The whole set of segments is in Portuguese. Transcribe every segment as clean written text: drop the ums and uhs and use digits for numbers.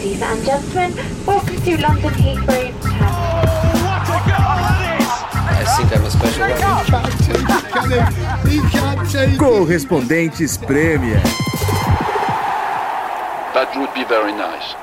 Ladies and gentlemen, welcome to London Heathrow. I think I'm a special one. Correspondentes Premier. That would be very nice.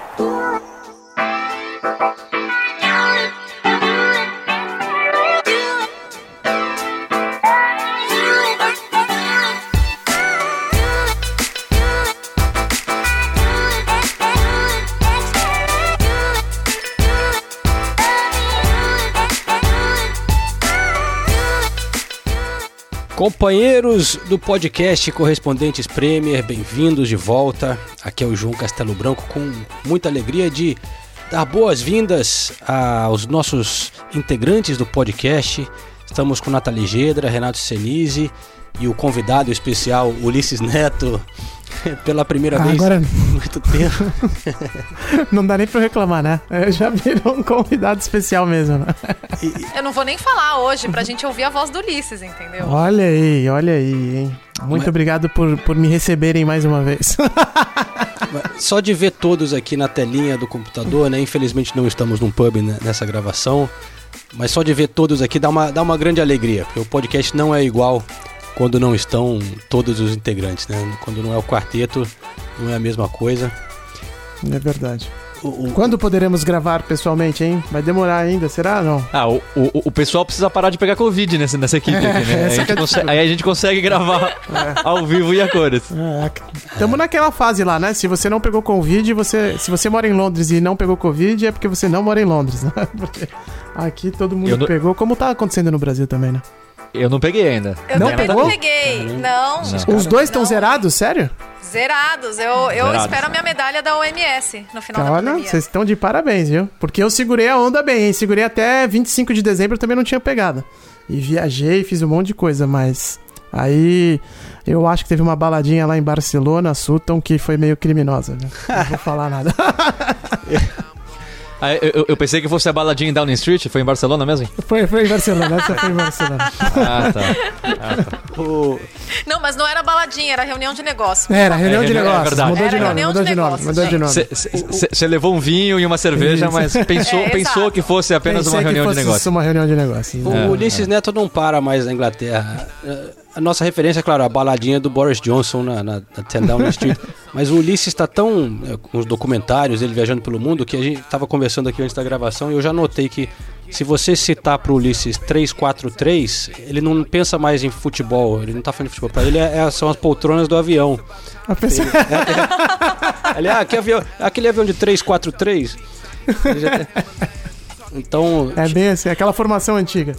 Companheiros do podcast Correspondentes Premier, bem-vindos de volta. Aqui é o João Castelo Branco com muita alegria de dar boas-vindas aos nossos integrantes do podcast. Estamos com Nathalie Gedra, Renato Senise e o convidado especial Ulisses Neto pela primeira vez agora... em muito tempo. Não dá nem pra reclamar, né? Já virou um convidado especial mesmo, né? Eu não vou nem falar hoje pra gente ouvir a voz do Ulisses, entendeu? Olha aí, hein? Muito obrigado por me receberem mais uma vez. Só de ver todos aqui na telinha do computador, né? Infelizmente não estamos num pub nessa gravação, mas só de ver todos aqui dá uma grande alegria, porque o podcast não é igual quando não estão todos os integrantes, né? Quando não é o quarteto, não é a mesma coisa. É verdade. Quando poderemos gravar pessoalmente, hein? Vai demorar ainda, será? Não? O pessoal precisa parar de pegar Covid nessa equipe aqui, né? Aí a gente consegue gravar ao vivo e a cores. Estamos naquela fase lá, né? Se você não pegou Covid, se você mora em Londres e não pegou Covid, é porque você não mora em Londres, né? Porque aqui todo mundo pegou, como tá acontecendo no Brasil também, né? Eu não peguei ainda. Eu também não peguei. Não. Os dois estão zerados? Sério? Zerados. Eu espero a minha medalha da OMS no final da pandemia. Olha, vocês estão de parabéns, viu? Porque eu segurei a onda bem, hein? Segurei até 25 de dezembro, eu também não tinha pegado. E viajei, fiz um monte de coisa, mas... Aí, eu acho que teve uma baladinha lá em Barcelona, Sutton, que foi meio criminosa, né? Não vou falar nada. Eu pensei que fosse a baladinha em Downing Street, foi em Barcelona mesmo? Foi em Barcelona, essa foi em Barcelona. Tá. Não, mas não era baladinha, era reunião de negócio. Era reunião de negócio, verdade. Mudou de nome. Você levou um vinho e uma cerveja, Isso. mas pensou que fosse apenas uma reunião de negócio. Uma reunião de negócio. O Ulisses Neto não para mais na Inglaterra. A nossa referência é, claro, a baladinha do Boris Johnson na 10 Downing Street. Mas o Ulisses está tão com os documentários, ele viajando pelo mundo, que a gente estava conversando aqui antes da gravação e eu já notei que se você citar pro Ulisses 343, ele não pensa mais em futebol, ele não tá falando de futebol. Para ele são as poltronas do avião. Aquele avião de 343. Então... É bem assim, aquela formação antiga.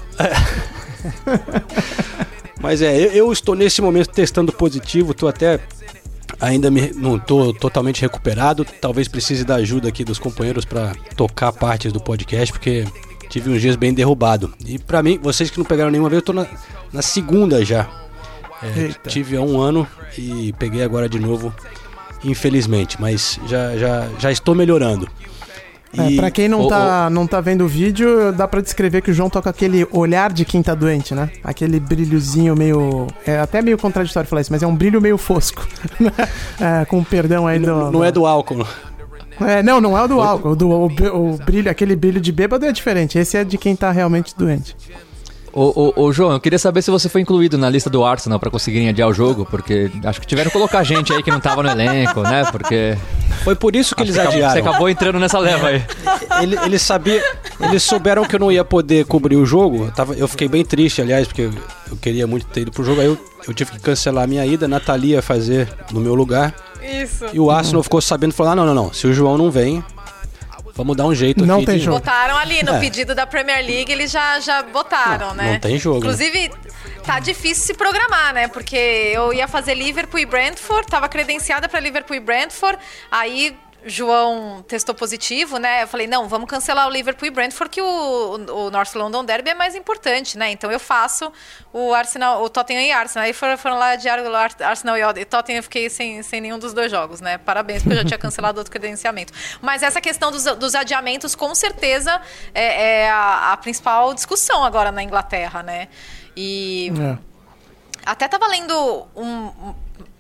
Mas eu estou nesse momento testando positivo, tô até... Ainda não estou totalmente recuperado, talvez precise da ajuda aqui dos companheiros para tocar partes do podcast, porque tive uns dias bem derrubado. E para mim, vocês que não pegaram nenhuma vez, eu estou na segunda já. Tive há um ano e peguei agora de novo, infelizmente, mas já estou melhorando. Pra quem não tá vendo o vídeo, dá pra descrever que o João tá com aquele olhar de quem tá doente, né? Aquele brilhozinho meio... É até meio contraditório falar isso, mas é um brilho meio fosco. Com perdão aí do... Não é do álcool. Não é o do álcool. O brilho, aquele brilho de bêbado é diferente. Esse é de quem tá realmente doente. Ô João, eu queria saber se você foi incluído na lista do Arsenal pra conseguirem adiar o jogo, porque acho que tiveram que colocar gente aí que não tava no elenco, né? Porque... Foi por isso que eles adiaram. Você acabou entrando nessa leva aí. Eles souberam que eu não ia poder cobrir o jogo. Eu fiquei bem triste, aliás, porque eu queria muito ter ido pro jogo. Aí eu tive que cancelar a minha ida, a Nathalie ia fazer no meu lugar. Isso. E o Arsenal ficou sabendo e falou: não, se o João não vem, vamos dar um jeito não aqui. Tem jogo. Botaram ali no pedido da Premier League, eles já botaram, né? Não tem jogo. Inclusive, tá difícil se programar, né? Porque eu ia fazer Liverpool e Brentford, tava credenciada pra Liverpool e Brentford, aí João testou positivo, né? Eu falei, não, vamos cancelar o Liverpool e Brentford, que o North London Derby é mais importante, né? Então eu faço o Arsenal, o Tottenham e Arsenal. Aí foram lá de Arsenal e Tottenham, eu fiquei sem nenhum dos dois jogos, né? Parabéns, porque eu já tinha cancelado outro credenciamento. Mas essa questão dos adiamentos, com certeza, é a principal discussão agora na Inglaterra, né? E até tava lendo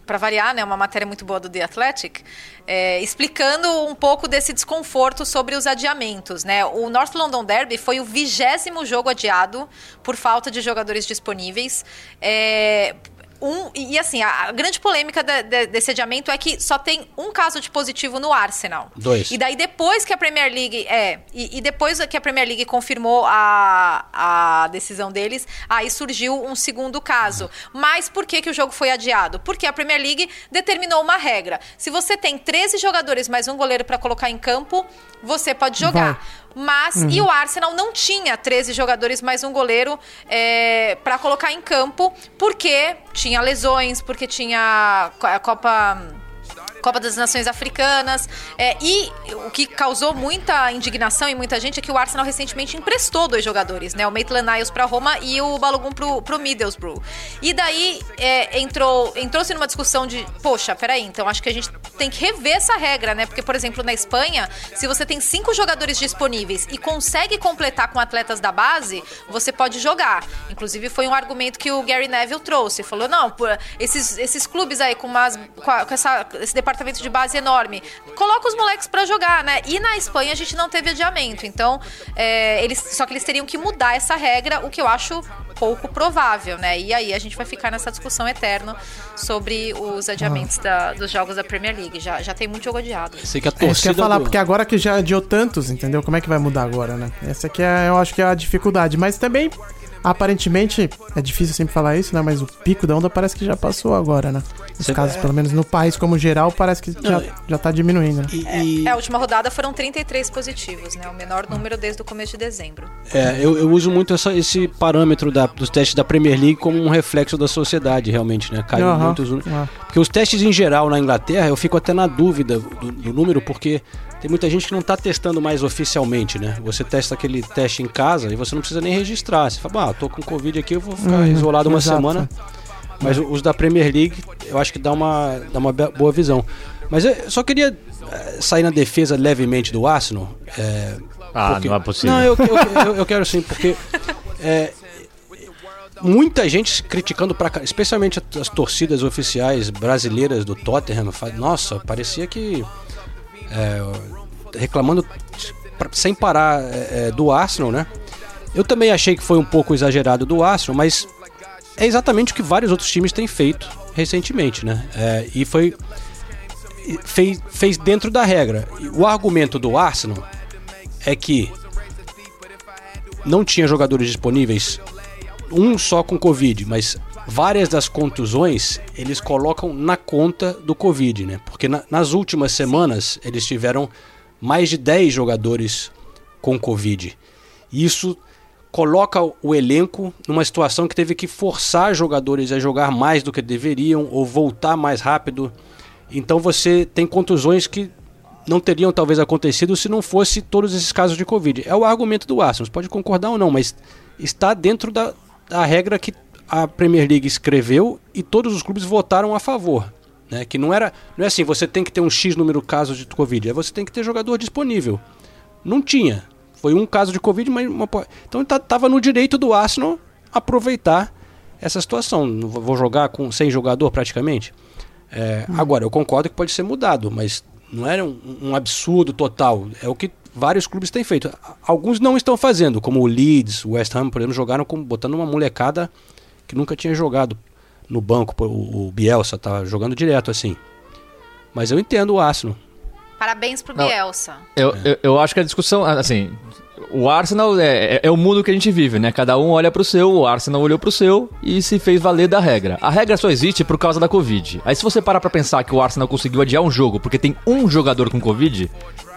para variar, né, uma matéria muito boa do The Athletic, explicando um pouco desse desconforto sobre os adiamentos, né? O North London Derby foi o 20º jogo adiado por falta de jogadores disponíveis. E assim, a grande polêmica desse adiamento é que só tem um caso de positivo no Arsenal. 2. E daí depois que a Premier League depois que a Premier League confirmou a decisão deles, aí surgiu um segundo caso. Mas por que o jogo foi adiado? Porque a Premier League determinou uma regra. Se você tem 13 jogadores mais um goleiro para colocar em campo, você pode jogar. Mas, e o Arsenal não tinha 13 jogadores mais um goleiro para colocar em campo, porque tinha lesões, porque tinha a Copa das Nações Africanas, e o que causou muita indignação em muita gente é que o Arsenal recentemente emprestou 2 jogadores, né? O Maitland-Niles para Roma e o Balogun pro Middlesbrough. E daí entrou-se numa discussão de, poxa, peraí, então acho que a gente tem que rever essa regra, né? Porque, por exemplo, na Espanha, se você tem 5 jogadores disponíveis e consegue completar com atletas da base, você pode jogar. Inclusive, foi um argumento que o Gary Neville trouxe. Falou, não, esses clubes aí com esse departamento de base enorme, coloca os moleques pra jogar, né? E na Espanha a gente não teve adiamento, então só que eles teriam que mudar essa regra, o que eu acho pouco provável, né? E aí a gente vai ficar nessa discussão eterna sobre os adiamentos dos jogos da Premier League. Já tem muito jogo adiado. Sei que a torcida isso que eu ia falar, porque agora que já adiou tantos, entendeu? Como é que vai mudar agora, né? Essa aqui eu acho que é a dificuldade, mas também aparentemente, é difícil sempre falar isso, né? Mas o pico da onda parece que já passou agora, né? Os casos, pelo menos no país como geral, parece que já tá diminuindo, né? A última rodada foram 33 positivos, né? O menor número desde o começo de dezembro. Eu uso muito esse parâmetro dos testes da Premier League como um reflexo da sociedade, realmente, né? Caiu muitos números. Porque os testes em geral na Inglaterra, eu fico até na dúvida do número, porque tem muita gente que não está testando mais oficialmente, né? Você testa aquele teste em casa e você não precisa nem registrar. Você fala, tô com Covid aqui, eu vou ficar isolado uma semana. Mas os da Premier League, eu acho que dá uma boa visão. Mas eu só queria sair na defesa levemente do Arsenal. Não é possível. Não, eu quero sim, porque muita gente criticando, especialmente as torcidas oficiais brasileiras do Tottenham. Nossa, parecia que... reclamando sem parar do Arsenal, né? Eu também achei que foi um pouco exagerado do Arsenal, mas é exatamente o que vários outros times têm feito recentemente, né? E fez dentro da regra. O argumento do Arsenal é que não tinha jogadores disponíveis, um só com Covid, mas várias das contusões eles colocam na conta do Covid, né? Porque nas últimas semanas eles tiveram mais de 10 jogadores com Covid. Isso coloca o elenco numa situação que teve que forçar jogadores a jogar mais do que deveriam ou voltar mais rápido. Então você tem contusões que não teriam talvez acontecido se não fosse todos esses casos de Covid. É o argumento do Arsenal, você pode concordar ou não, mas está dentro da regra que a Premier League escreveu e todos os clubes votaram a favor, né? Que não é assim, você tem que ter um X número de casos de Covid, você tem que ter jogador disponível. Não tinha. Foi um caso de Covid, mas então estava no direito do Arsenal aproveitar essa situação. Não vou jogar sem jogador praticamente. Agora, eu concordo que pode ser mudado, mas não era um absurdo total. É o que vários clubes têm feito. Alguns não estão fazendo, como o Leeds, o West Ham, por exemplo, jogaram botando uma molecada que nunca tinha jogado no banco. O Bielsa tá jogando direto assim. Mas eu entendo o Arsenal. Parabéns pro Bielsa. Eu acho que a discussão, assim, o Arsenal é o mundo que a gente vive, né? Cada um olha pro seu, o Arsenal olhou pro seu e se fez valer da regra. A regra só existe por causa da Covid. Aí se você parar pra pensar que o Arsenal conseguiu adiar um jogo porque tem um jogador com Covid,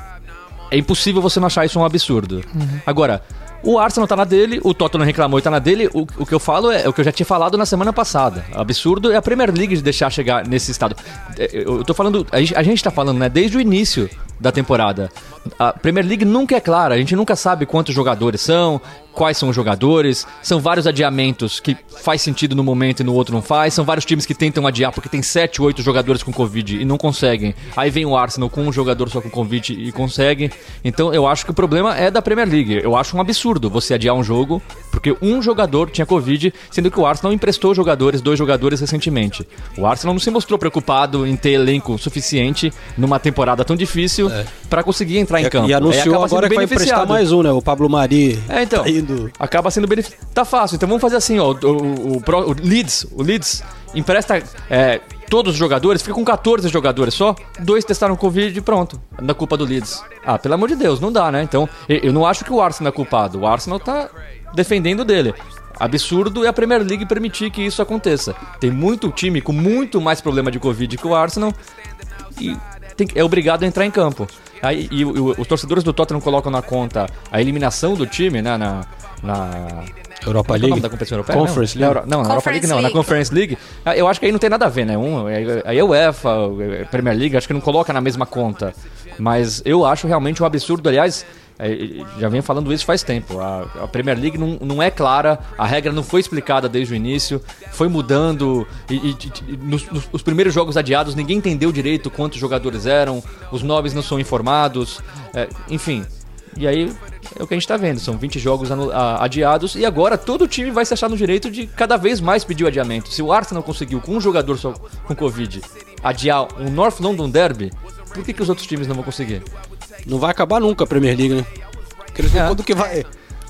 é impossível você não achar isso um absurdo. Agora, o Arsenal tá na dele, o Tottenham reclamou e tá na dele. O que eu falo é o que eu já tinha falado na semana passada. O absurdo é a Premier League de deixar chegar nesse estado. Eu tô falando, a gente tá falando, né, desde o início da temporada. A Premier League nunca é clara, a gente nunca sabe quantos jogadores são, quais são os jogadores, são vários adiamentos que faz sentido no momento e no outro não faz, são vários times que tentam adiar porque tem 7, 8 jogadores com Covid e não conseguem. Aí vem o Arsenal com um jogador só com Covid e consegue. Então eu acho que o problema é da Premier League. Eu acho um absurdo absurdo você adiar um jogo porque um jogador tinha Covid, sendo que o Arsenal emprestou dois jogadores recentemente. O Arsenal não se mostrou preocupado em ter elenco suficiente numa temporada tão difícil para conseguir entrar em campo. E anunciou agora que vai emprestar mais um, né? O Pablo Mari. Então, tá indo... acaba sendo beneficiado. Tá fácil, então vamos fazer assim, ó, o Leeds empresta todos os jogadores, fica com 14 jogadores só, 2 testaram Covid e pronto, da culpa do Leeds. Ah, pelo amor de Deus, não dá, né? Então, eu não acho que o Arsenal é culpado, o Arsenal tá defendendo dele. Absurdo é a Premier League permitir que isso aconteça. Tem muito time com muito mais problema de Covid que o Arsenal e é obrigado a entrar em campo. Aí, os torcedores do Tottenham colocam na conta a eliminação do time, né, na Europa League? É o nome da competição europeia? Conference League? Não, na Europa League não, na Conference League. Eu acho que aí não tem nada a ver, né? Aí é UEFA, a Premier League, acho que não coloca na mesma conta. Mas eu acho realmente um absurdo, aliás, já venho falando isso faz tempo. A Premier League não é clara, a regra não foi explicada desde o início, foi mudando, nos primeiros jogos adiados ninguém entendeu direito quantos jogadores eram, os nomes não são informados, enfim. E aí é o que a gente tá vendo, são 20 jogos adiados e agora todo time vai se achar no direito de cada vez mais pedir o adiamento. Se o Arsenal conseguiu, com um jogador só com Covid, adiar um North London Derby, por que os outros times não vão conseguir? Não vai acabar nunca a Premier League, né? Quando que vai?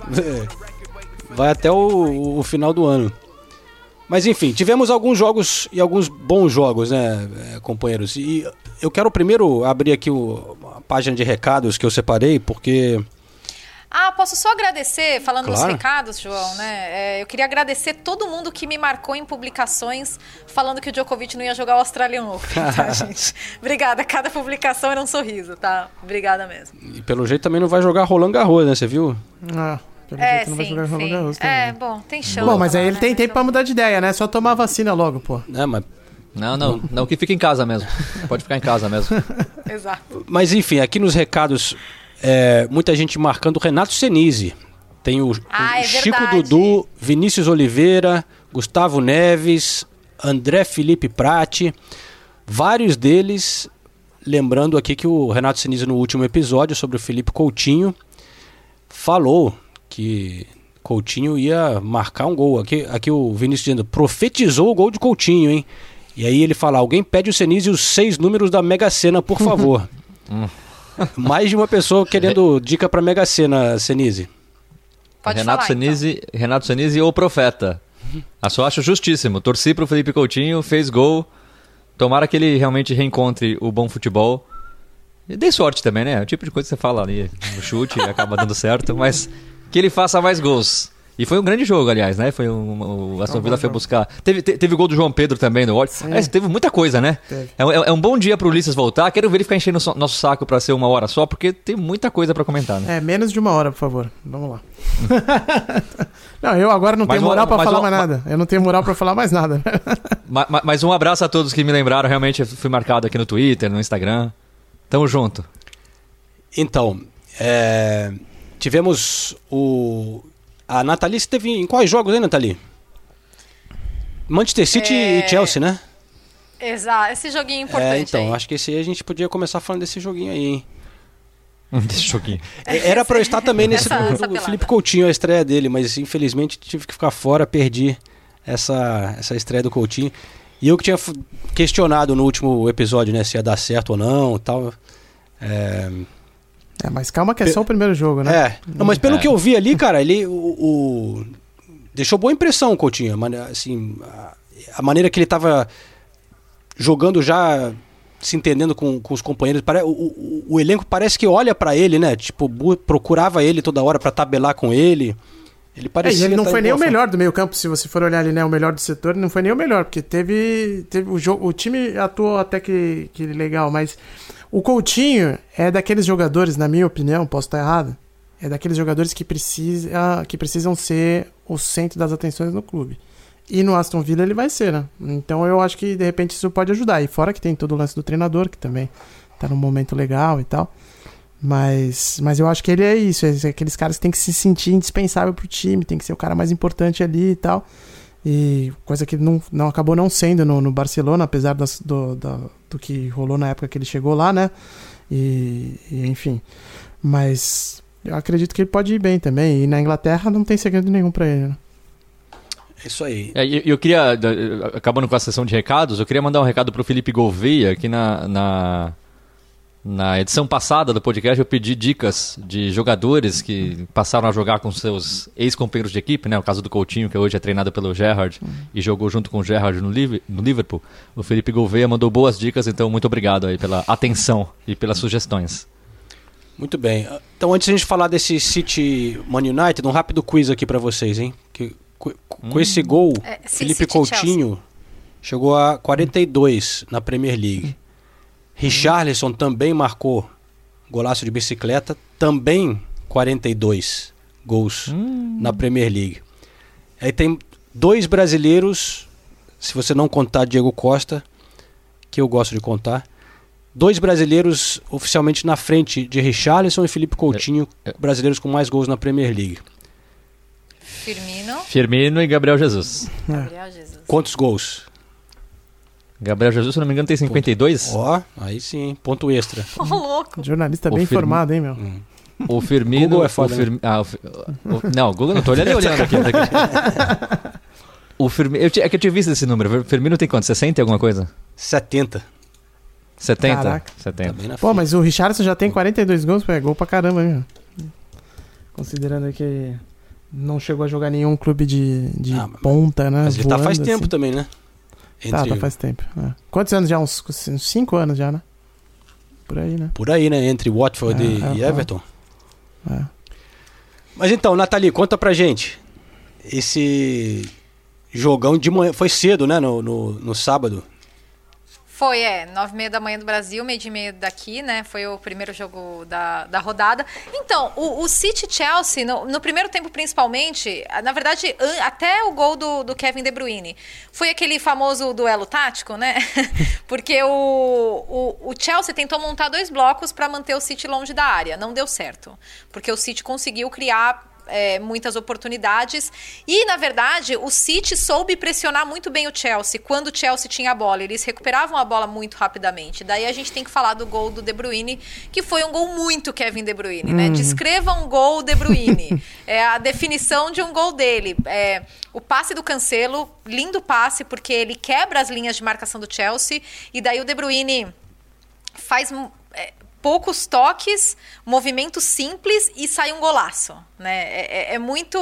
Vai até o final do ano. Mas enfim, tivemos alguns jogos e alguns bons jogos, né, companheiros? E eu quero primeiro abrir aqui a página de recados que eu separei, porque... Posso só agradecer, falando claro. Nos recados, João, né? Eu queria agradecer todo mundo que me marcou em publicações falando que o Djokovic não ia jogar o Australian Open, tá, gente? Obrigada, cada publicação era um sorriso, tá? Obrigada mesmo. E pelo jeito também não vai jogar Roland Garros, né? Você viu? Pelo jeito não vai jogar Roland Garros também. Bom, tem chance. Bom, mas aí ele tem tempo pra mudar de ideia, né? Só tomar a vacina logo, pô. Mas... Não, que fica em casa mesmo. Pode ficar em casa mesmo. Exato. Mas enfim, aqui nos recados, muita gente marcando o Renato Senise. Tem o Chico verdade. Dudu, Vinícius Oliveira, Gustavo Neves, André Felipe Prati. Vários deles, lembrando aqui que o Renato Senise no último episódio sobre o Felipe Coutinho falou que Coutinho ia marcar um gol. Aqui o Vinícius dizendo, profetizou o gol de Coutinho, hein? E aí ele fala, alguém pede o Senise os 6 números da Mega Sena, por favor. Mais de uma pessoa querendo dica pra Mega Sena, Senise. Pode Renato falar, Senise, então. Renato Senise, o profeta. Eu só acho justíssimo. Torci pro Felipe Coutinho, fez gol. Tomara que ele realmente reencontre o bom futebol. E dê sorte também, né? É o tipo de coisa que você fala ali no chute e acaba dando certo, mas que ele faça mais gols. E foi um grande jogo, aliás, né? Foi o Aston Villa foi buscar. Teve gol do João Pedro também no ódio. Teve muita coisa, né? É um bom dia pro Ulisses voltar. Quero ver ele ficar enchendo o nosso saco pra ser 1 hora só, porque tem muita coisa pra comentar, né? Menos de 1 hora, por favor. Vamos lá. Não, eu agora não tenho moral pra falar mais nada. Eu não tenho moral pra falar mais nada. Mas um abraço a todos que me lembraram. Realmente eu fui marcado aqui no Twitter, no Instagram. Tamo junto. Então, tivemos a Nathalie esteve em quais jogos, hein, Nathalie? Manchester City e Chelsea, né? Exato, esse joguinho importante então, aí. acho que esse aí a gente podia começar falando desse joguinho aí, hein? Desse joguinho. Era pra eu estar também nesse do Felipe Coutinho, a estreia dele, mas infelizmente tive que ficar fora, perdi essa estreia do Coutinho. E eu que tinha questionado no último episódio, né, se ia dar certo ou não e tal. Mas calma que é só o primeiro jogo, né? Não, mas pelo que eu vi ali, cara, ele deixou boa impressão o Coutinho. Assim, a maneira que ele tava jogando já, se entendendo com os companheiros. O elenco parece que olha pra ele, né? Tipo, procurava ele toda hora pra tabelar com ele. Ele parecia. E ele não foi nem o melhor do meio campo, se você for olhar ali, né? O melhor do setor, não foi nem o melhor, porque teve o jogo. O time atuou até que legal, mas o Coutinho é daqueles jogadores, na minha opinião, posso estar errado, é daqueles jogadores que precisam ser o centro das atenções no clube. E no Aston Villa ele vai ser, né? Então eu acho que de repente isso pode ajudar. E fora que tem todo o lance do treinador, que também tá num momento legal e tal. Mas eu acho que ele é isso, é aqueles caras que tem que se sentir indispensável pro time, tem que ser o cara mais importante ali e tal. E coisa que não acabou não sendo no Barcelona, apesar do que rolou na época que ele chegou lá, né? E enfim. Mas eu acredito que ele pode ir bem também. E na Inglaterra não tem segredo nenhum pra ele, né? É isso aí. Eu queria, acabando com a sessão de recados, eu queria mandar um recado pro Felipe Gouveia, que na edição passada do podcast eu pedi dicas de jogadores que passaram a jogar com seus ex-companheiros de equipe, né? O caso do Coutinho, que hoje é treinado pelo Gerrard e jogou junto com o Gerrard no Liverpool. O Felipe Gouveia mandou boas dicas, então muito obrigado aí pela atenção e pelas sugestões. Muito bem. Então, antes de a gente falar desse City Man United, um rápido quiz aqui pra vocês, hein? Com esse gol, Felipe City Coutinho Chelsea. chegou a 42 na Premier League. Richarlison também marcou golaço de bicicleta, também 42 gols na Premier League. Aí tem 2 brasileiros, se você não contar Diego Costa, que eu gosto de contar, 2 brasileiros oficialmente na frente de Richarlison e Felipe Coutinho, brasileiros com mais gols na Premier League. Firmino e Gabriel Jesus. Gabriel Jesus. Quantos gols? Gabriel Jesus, se não me engano, tem 52. Ó, aí sim, ponto extra. Ô, louco. Jornalista bem informado, hein, meu? O Firmino... Google é foda, né? Não, o Google não, tô olhando aqui. O Firmino... É que eu tinha visto esse número. O Firmino tem quanto? 60 e alguma coisa? 70. 70? Caraca. 70. Tá bem na Pô, frente. mas o Richarlison já tem 42 gols, é gol pra caramba, hein, meu? Considerando que não chegou a jogar nenhum clube de ponta, né? Mas ele tá faz voando, tempo assim. também, né? Tá faz tempo. É. Quantos anos já? Uns 5 anos já, né? Por aí, né? Por aí, né? Entre Watford e Everton. É. Mas então, Nathalie, conta pra gente. Esse jogão de manhã, foi cedo, né? No sábado. Foi, 9h30 da manhã do Brasil, 12h30 daqui, né? Foi o primeiro jogo da rodada. Então, o City-Chelsea, no primeiro tempo principalmente, na verdade, até o gol do Kevin De Bruyne, foi aquele famoso duelo tático, né? Porque o Chelsea tentou montar 2 blocos para manter o City longe da área. Não deu certo, porque o City conseguiu criar muitas oportunidades e, na verdade, o City soube pressionar muito bem o Chelsea quando o Chelsea tinha a bola. Eles recuperavam a bola muito rapidamente. Daí a gente tem que falar do gol do De Bruyne, que foi um gol muito Kevin De Bruyne, né? Descreva um gol De Bruyne. É a definição de um gol dele. O passe do Cancelo, lindo passe, porque ele quebra as linhas de marcação do Chelsea e daí o De Bruyne faz... poucos toques, movimento simples e sai um golaço, né? É muito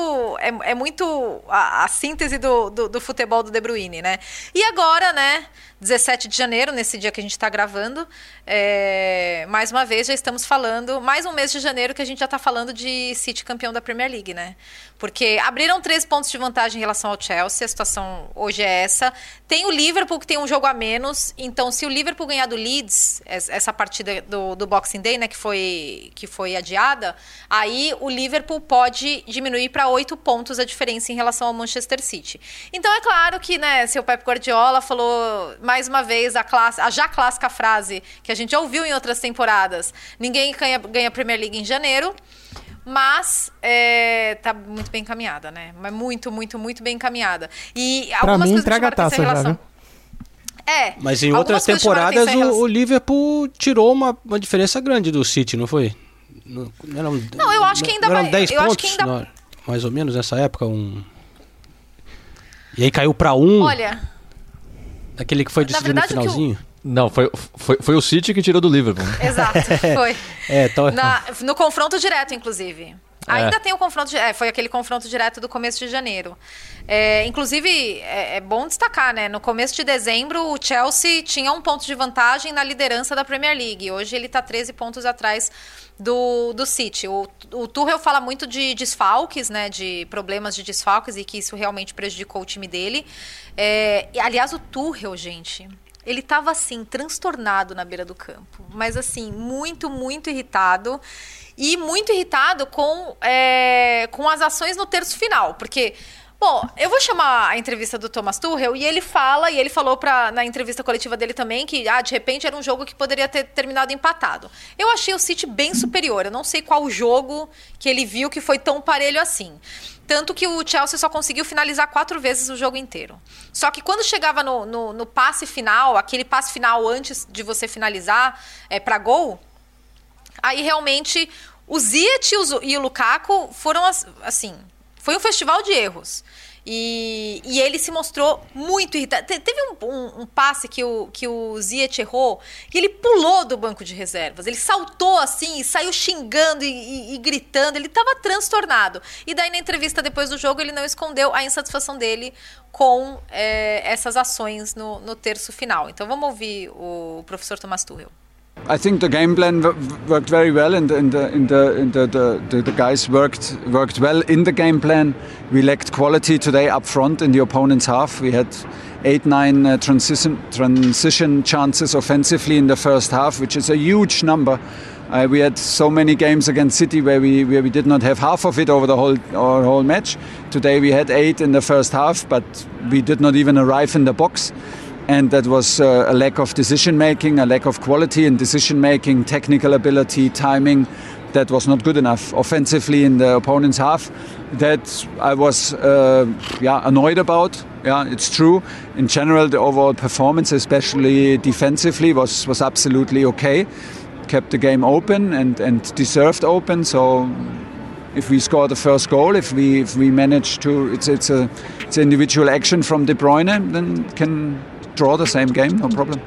a síntese do futebol do De Bruyne, né? E agora, né, 17 de janeiro, nesse dia que a gente está gravando, mais uma vez já estamos falando, mais um mês de janeiro que a gente já está falando de City campeão da Premier League, né? Porque abriram 13 pontos de vantagem em relação ao Chelsea, a situação hoje é essa. Tem o Liverpool que tem um jogo a menos, então se o Liverpool ganhar do Leeds, essa partida do Boxing Day, né, que foi adiada, aí o Liverpool pode diminuir para 8 pontos a diferença em relação ao Manchester City. Então é claro que, né, seu Pep Guardiola falou mais uma vez a já clássica frase que a gente já ouviu em outras temporadas: ninguém ganha Premier League em janeiro. Mas tá muito bem encaminhada, né? Mas muito, muito, muito bem encaminhada. E pra algumas mim, coisas entrega a taça já, viu? Mas em outras temporadas o Liverpool tirou uma diferença grande do City, não foi? Não, eu acho que ainda vai... 10 eu pontos, acho que ainda... mais ou menos nessa época. E aí caiu pra 1. Olha... Aquele que foi decidido no finalzinho. Não, foi o City que tirou do Liverpool. Exato, foi. Então... No confronto direto, inclusive. Ainda tem o confronto direto. Foi aquele confronto direto do começo de janeiro. Inclusive, é bom destacar, né? No começo de dezembro, o Chelsea tinha 1 ponto de vantagem na liderança da Premier League. Hoje ele está 13 pontos atrás do City. O Tuchel fala muito de desfalques, né? De problemas de desfalques e que isso realmente prejudicou o time dele. Aliás, o Tuchel, gente... Ele estava, assim, transtornado na beira do campo. Mas, assim, muito, muito irritado. E muito irritado com as ações no terço final. Porque, bom, eu vou chamar a entrevista do Thomas Tuchel e ele falou na entrevista coletiva dele também que, de repente, era um jogo que poderia ter terminado empatado. Eu achei o City bem superior. Eu não sei qual jogo que ele viu que foi tão parelho assim. Tanto que o Chelsea só conseguiu finalizar 4 vezes o jogo inteiro. Só que quando chegava no passe final, aquele passe final antes de você finalizar para gol, aí realmente O Ziyech e o Lukaku foram, assim, foi um festival de erros. E ele se mostrou muito irritado. Teve um passe que o Ziyech errou e ele pulou do banco de reservas. Ele saltou assim e saiu xingando e gritando. Ele estava transtornado. E daí na entrevista depois do jogo ele não escondeu a insatisfação dele com essas ações no terço final. Então vamos ouvir o professor Thomas Tuchel. I think the game plan worked very well, and the guys worked well in the game plan. We lacked quality today up front in the opponent's half. We had 8-9 transition chances offensively in the first half, which is a huge number. We had so many games against City where we did not have half of it over the whole match. Today we had 8 in the first half, but we did not even arrive in the box. And that was a lack of decision-making, a lack of quality in decision-making, technical ability, timing. That was not good enough offensively in the opponent's half. That I was annoyed about. Yeah, it's true. In general, the overall performance, especially defensively, was absolutely okay. Kept the game open and deserved open. So if we score the first goal, if we manage to, it's individual action from De Bruyne, then can draw the same game, no problem.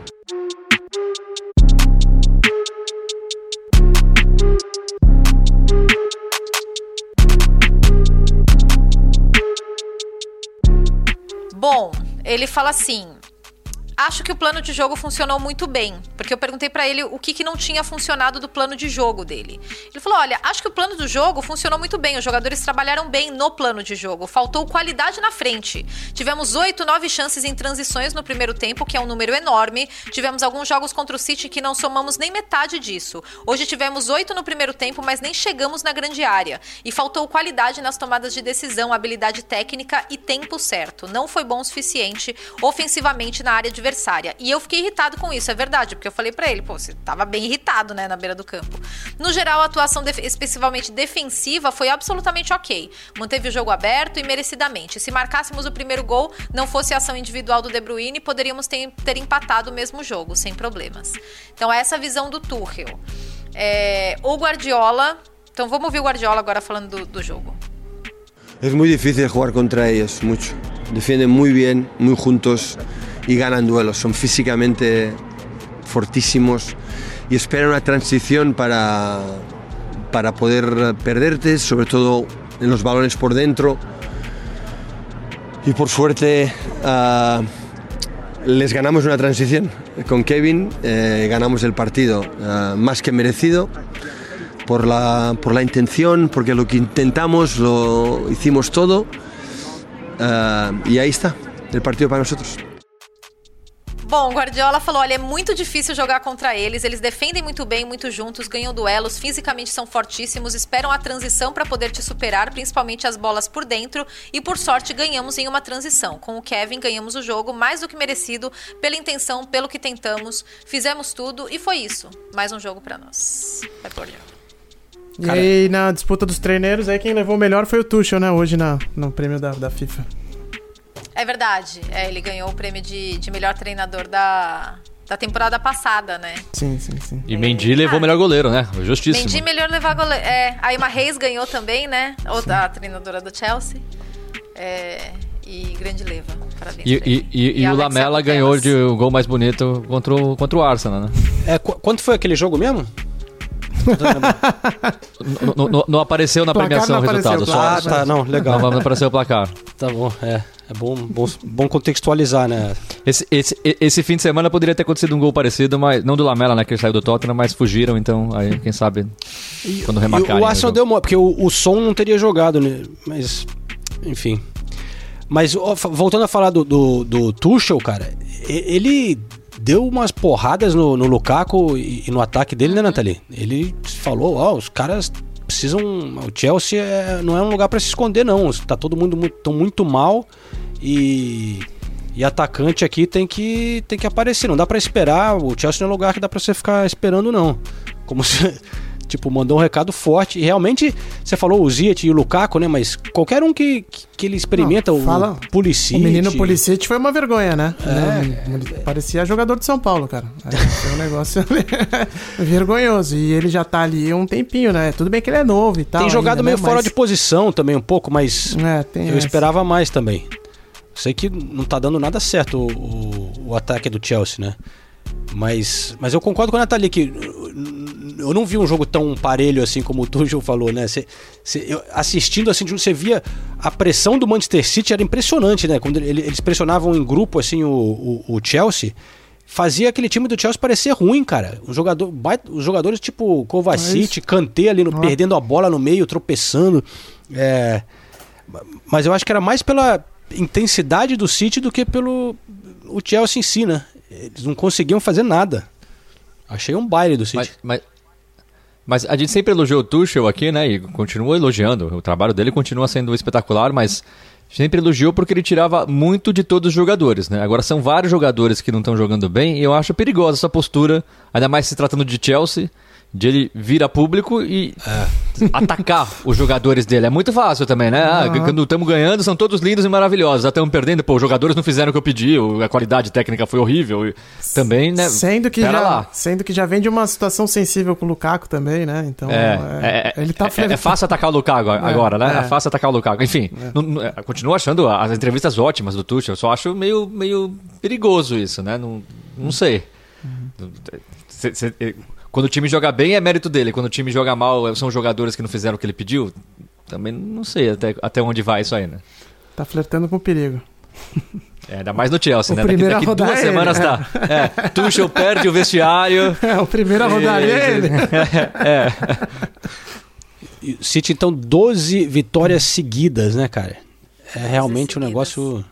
Bom, ele fala assim: acho que o plano de jogo funcionou muito bem, porque eu perguntei pra ele o que não tinha funcionado do plano de jogo dele. Ele falou, olha, acho que o plano do jogo funcionou muito bem, os jogadores trabalharam bem no plano de jogo, faltou qualidade na frente. Tivemos 8, 9 chances em transições no primeiro tempo, que é um número enorme. Tivemos alguns jogos contra o City que não somamos nem metade disso. Hoje tivemos 8 no primeiro tempo, mas nem chegamos na grande área. E faltou qualidade nas tomadas de decisão, habilidade técnica e tempo certo. Não foi bom o suficiente ofensivamente na área adversária. E eu fiquei irritado com isso, é verdade, porque eu falei pra ele, pô, você tava bem irritado, né, na beira do campo. No geral, a atuação especificamente defensiva foi absolutamente ok. Manteve o jogo aberto e merecidamente. Se marcássemos o primeiro gol, não fosse a ação individual do De Bruyne, poderíamos ter empatado o mesmo jogo, sem problemas. Então, essa é a visão do Tuchel. O Guardiola... Então, vamos ouvir o Guardiola agora falando do jogo. Es muy difícil jugar contra ellos, mucho. Defienden muy bien, muy juntos y ganan duelos. Son físicamente fortísimos y esperan una transición para poder perderte, sobre todo en los balones por dentro. Y por suerte les ganamos una transición. Con Kevin ganamos el partido más que merecido. Por la intención, porque lo que intentamos lo hicimos todo e aí está, o partido para nós. Bom, o Guardiola falou, olha, é muito difícil jogar contra eles, eles defendem muito bem, muito juntos, ganham duelos, fisicamente são fortíssimos, esperam a transição para poder te superar, principalmente as bolas por dentro, e por sorte ganhamos em uma transição. Com o Kevin ganhamos o jogo, mais do que merecido, pela intenção, pelo que tentamos, fizemos tudo e foi isso. Mais um jogo para nós. Vai por Deus. E aí, na disputa dos treineiros, aí quem levou o melhor foi o Tuchel, né? Hoje no prêmio da FIFA. É verdade. Ele ganhou o prêmio de melhor treinador da temporada passada, né? Sim. E Mendy levou o melhor goleiro, né? Justíssimo. Mendy melhor levar goleiro. A Emma Reis ganhou também, né? Outra treinadora do Chelsea. E grande leva. Parabéns. E o Lamela ganhou de o gol mais bonito contra o Arsenal, né? Quanto foi aquele jogo mesmo? Não apareceu na premiação o resultado. Tá, não, legal. Não apareceu o placar. Tá bom, é bom contextualizar, né? Esse fim de semana poderia ter acontecido um gol parecido, mas não do Lamela, né, que ele saiu do Tottenham, mas fugiram, então aí quem sabe quando remarcarem. O Arsenal deu porque o Son não teria jogado, né? Mas, enfim. Mas voltando a falar do Tuchel, cara, ele deu umas porradas no Lukaku e no ataque dele, né, Nathalie? Ele falou, os caras precisam... O Chelsea não é um lugar pra se esconder, não. Tá todo mundo tão muito mal e atacante aqui tem que aparecer. Não dá pra esperar. O Chelsea não é um lugar que dá pra você ficar esperando, não. Como se tipo, mandou um recado forte. E realmente, você falou o Ziyech e o Lukaku, né? Mas qualquer um que ele experimenta, o Pulisic... O menino Pulisic foi uma vergonha, né? Parecia jogador de São Paulo, cara. Foi um negócio vergonhoso. E ele já tá ali há um tempinho, né? Tudo bem que ele é novo e tal. Tem jogado ainda, meio né? fora de posição também, um pouco, mas eu esperava mais também. Sei que não tá dando nada certo o ataque do Chelsea, né? Mas eu concordo com a Nathalie que eu não vi um jogo tão parelho assim como o Tuchel falou, né? Assistindo assim, você via a pressão do Manchester City, era impressionante, né? Quando eles pressionavam em grupo assim o Chelsea, fazia aquele time do Chelsea parecer ruim, cara. Os jogadores tipo Kovacic, Kanté ali perdendo a bola no meio, tropeçando. Mas eu acho que era mais pela intensidade do City do que pelo o Chelsea em si, né? Eles não conseguiam fazer nada. Achei um baile do City. Mas a gente sempre elogiou o Tuchel aqui, né? E continua elogiando. O trabalho dele continua sendo espetacular, mas sempre elogiou porque ele tirava muito de todos os jogadores, né? Agora são vários jogadores que não estão jogando bem e eu acho perigosa essa postura, ainda mais se tratando de Chelsea, de ele vir a público e atacar os jogadores dele. É muito fácil também, né? Quando estamos ganhando, são todos lindos e maravilhosos. Estamos perdendo, os jogadores não fizeram o que eu pedi, a qualidade técnica foi horrível. E também, né? Sendo que já vem de uma situação sensível com o Lukaku também, né? Então, ele tá é fácil atacar o Lukaku agora, né? É fácil atacar o Lukaku. Enfim, continuo achando as entrevistas ótimas do Tuchel, só acho meio perigoso isso, né? Não sei. Quando o time joga bem é mérito dele, quando o time joga mal são jogadores que não fizeram o que ele pediu, também não sei até onde vai isso aí, né? Tá flertando com o perigo. Ainda mais no Chelsea, né? Daqui 2 semanas tá. Tuchel perde o vestiário. O primeiro a rodar ele. City, então, 12 vitórias seguidas, né, cara? É realmente um negócio...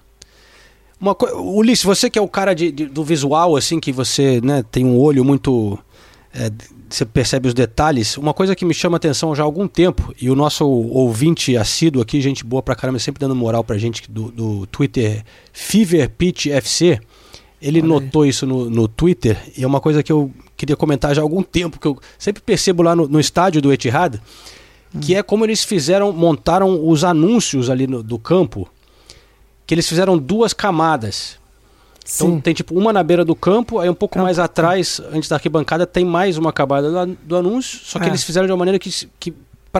Ulisses, você que é o cara do visual, assim, que você, né, tem um olho muito... você percebe os detalhes. Uma coisa que me chama a atenção já há algum tempo, e o nosso ouvinte assíduo aqui, gente boa pra caramba, sempre dando moral pra gente do Twitter, Fever Pitch FC, ele notou isso no Twitter, e é uma coisa que eu queria comentar já há algum tempo, que eu sempre percebo lá no estádio do Etihad, que é como eles montaram os anúncios ali do campo, que eles fizeram 2 camadas. Então tem tipo uma na beira do campo, aí um pouco mais atrás, antes da arquibancada, tem mais uma camada do anúncio, só que eles fizeram de uma maneira que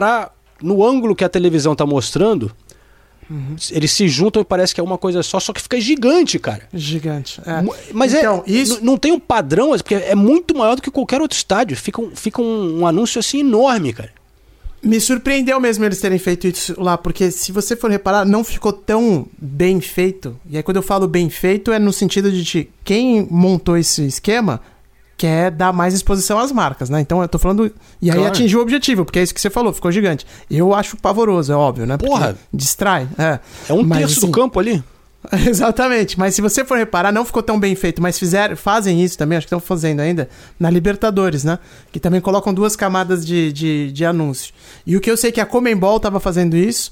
no ângulo que a televisão tá mostrando, eles se juntam e parece que é uma coisa só que fica gigante, cara. Gigante. Mas então, não tem um padrão, porque é muito maior do que qualquer outro estádio. Fica um anúncio assim enorme, cara. Me surpreendeu mesmo eles terem feito isso lá, porque se você for reparar, não ficou tão bem feito. E aí quando eu falo bem feito, é no sentido de quem montou esse esquema quer dar mais exposição às marcas, né? Então eu tô falando... E aí atingiu o objetivo, porque é isso que você falou, ficou gigante. Eu acho pavoroso, é óbvio, né? Porque distrai. É um terço do campo ali. Exatamente, mas se você for reparar, não ficou tão bem feito, mas fazem isso também, acho que estão fazendo ainda na Libertadores, né? Que também colocam 2 camadas de anúncio. E o que eu sei que a Conmebol estava fazendo isso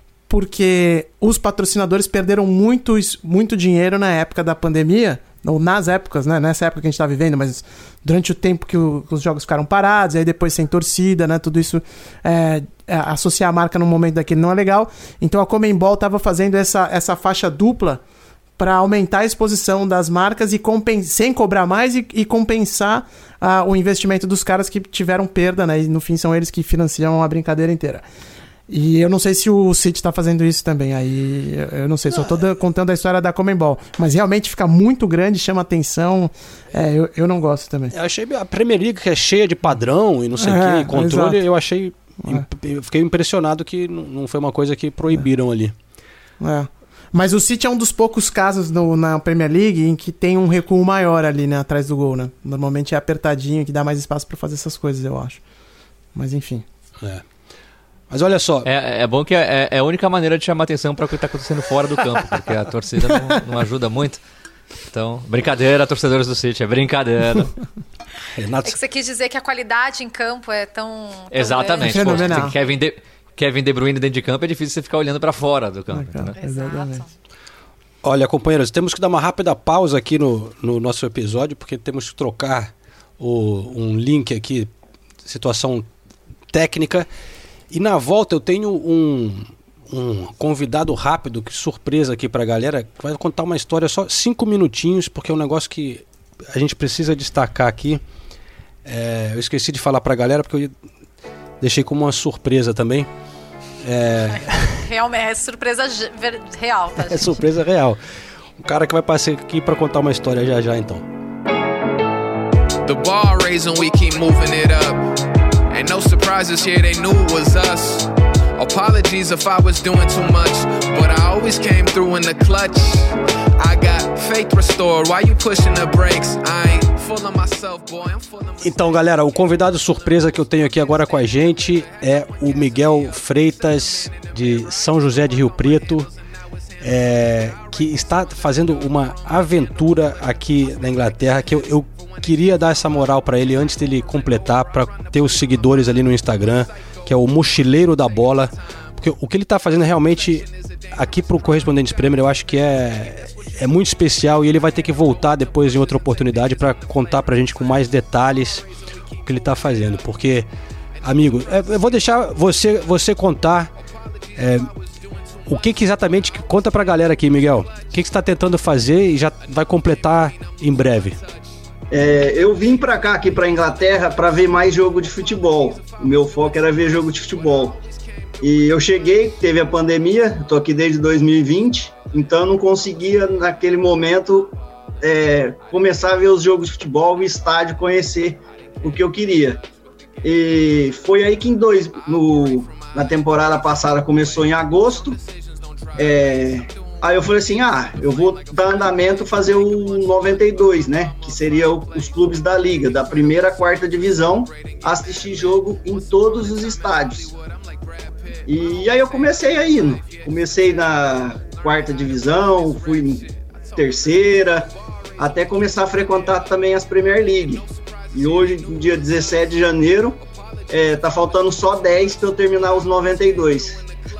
porque os patrocinadores perderam muito dinheiro na época da pandemia, ou nas épocas, né? Nessa época que a gente está vivendo, mas durante o tempo que os jogos ficaram parados, e aí depois sem torcida, né? Tudo isso, associar a marca num momento daquele não é legal. Então a Conmebol estava fazendo essa faixa dupla para aumentar a exposição das marcas e sem cobrar mais e compensar o investimento dos caras que tiveram perda, né? E no fim são eles que financiam a brincadeira inteira. E eu não sei se o City tá fazendo isso também. Aí eu não sei, só tô contando a história da Conmebol. Mas realmente fica muito grande, chama atenção. Eu não gosto também. Eu achei a Premier League, que é cheia de padrão e não sei o que, controle, exato. Eu achei. Eu fiquei impressionado que não foi uma coisa que proibiram ali. Mas o City é um dos poucos casos na Premier League em que tem um recuo maior ali, né, atrás do gol, né? Normalmente é apertadinho, que dá mais espaço pra fazer essas coisas, eu acho. Mas enfim. Mas olha só... É bom que é a única maneira de chamar atenção para o que está acontecendo fora do campo, porque a torcida não ajuda muito. Então, brincadeira, torcedores do City, é brincadeira. É que você quis dizer que a qualidade em campo é tão Exatamente. Pô, Kevin De Bruyne dentro de campo, é difícil você ficar olhando para fora do campo. Né? Exatamente. Olha, companheiros, temos que dar uma rápida pausa aqui no nosso episódio, porque temos que trocar um link aqui, situação técnica. E na volta eu tenho um convidado rápido, que surpresa aqui pra galera, que vai contar uma história só 5 minutinhos, porque é um negócio que a gente precisa destacar aqui. Eu esqueci de falar pra galera, porque eu deixei como uma surpresa também. Realmente, é surpresa real, tá, gente? É surpresa real. Um cara que vai passar aqui pra contar uma história já então. The bar raising, we keep moving it up. Ain't no surprises here, they knew it was us. Apologies if I was doing too much, but I always came through in the clutch. I got faith restored, why you pushing the brakes? I ain't full of myself, boy, I'm full of myself. Então, galera, o convidado surpresa que eu tenho aqui agora com a gente é o Miguel Freitas, de São José de Rio Preto, que está fazendo uma aventura aqui na Inglaterra, que eu queria dar essa moral para ele antes dele completar, para ter os seguidores ali no Instagram, que é o Mochileiro da Bola, porque o que ele está fazendo realmente aqui pro Correspondentes Premier, eu acho que é muito especial, e ele vai ter que voltar depois em outra oportunidade para contar pra gente com mais detalhes o que ele está fazendo, porque, amigo, eu vou deixar você contar o que exatamente, conta pra galera aqui, Miguel, o que você está tentando fazer e já vai completar em breve. Eu vim pra cá, aqui pra Inglaterra, pra ver mais jogo de futebol. O meu foco era ver jogo de futebol. E eu cheguei, teve a pandemia, tô aqui desde 2020, então eu não conseguia, naquele momento, começar a ver os jogos de futebol, o estádio, conhecer o que eu queria. E foi aí que na temporada passada, começou em agosto, aí eu falei assim, eu vou dar andamento, fazer o 92, né? Que seria os clubes da Liga, da primeira à quarta divisão, assistir jogo em todos os estádios. E aí eu comecei a ir. Comecei na quarta divisão, fui na terceira, até começar a frequentar também as Premier League. E hoje, no dia 17 de janeiro, tá faltando só 10 para eu terminar os 92.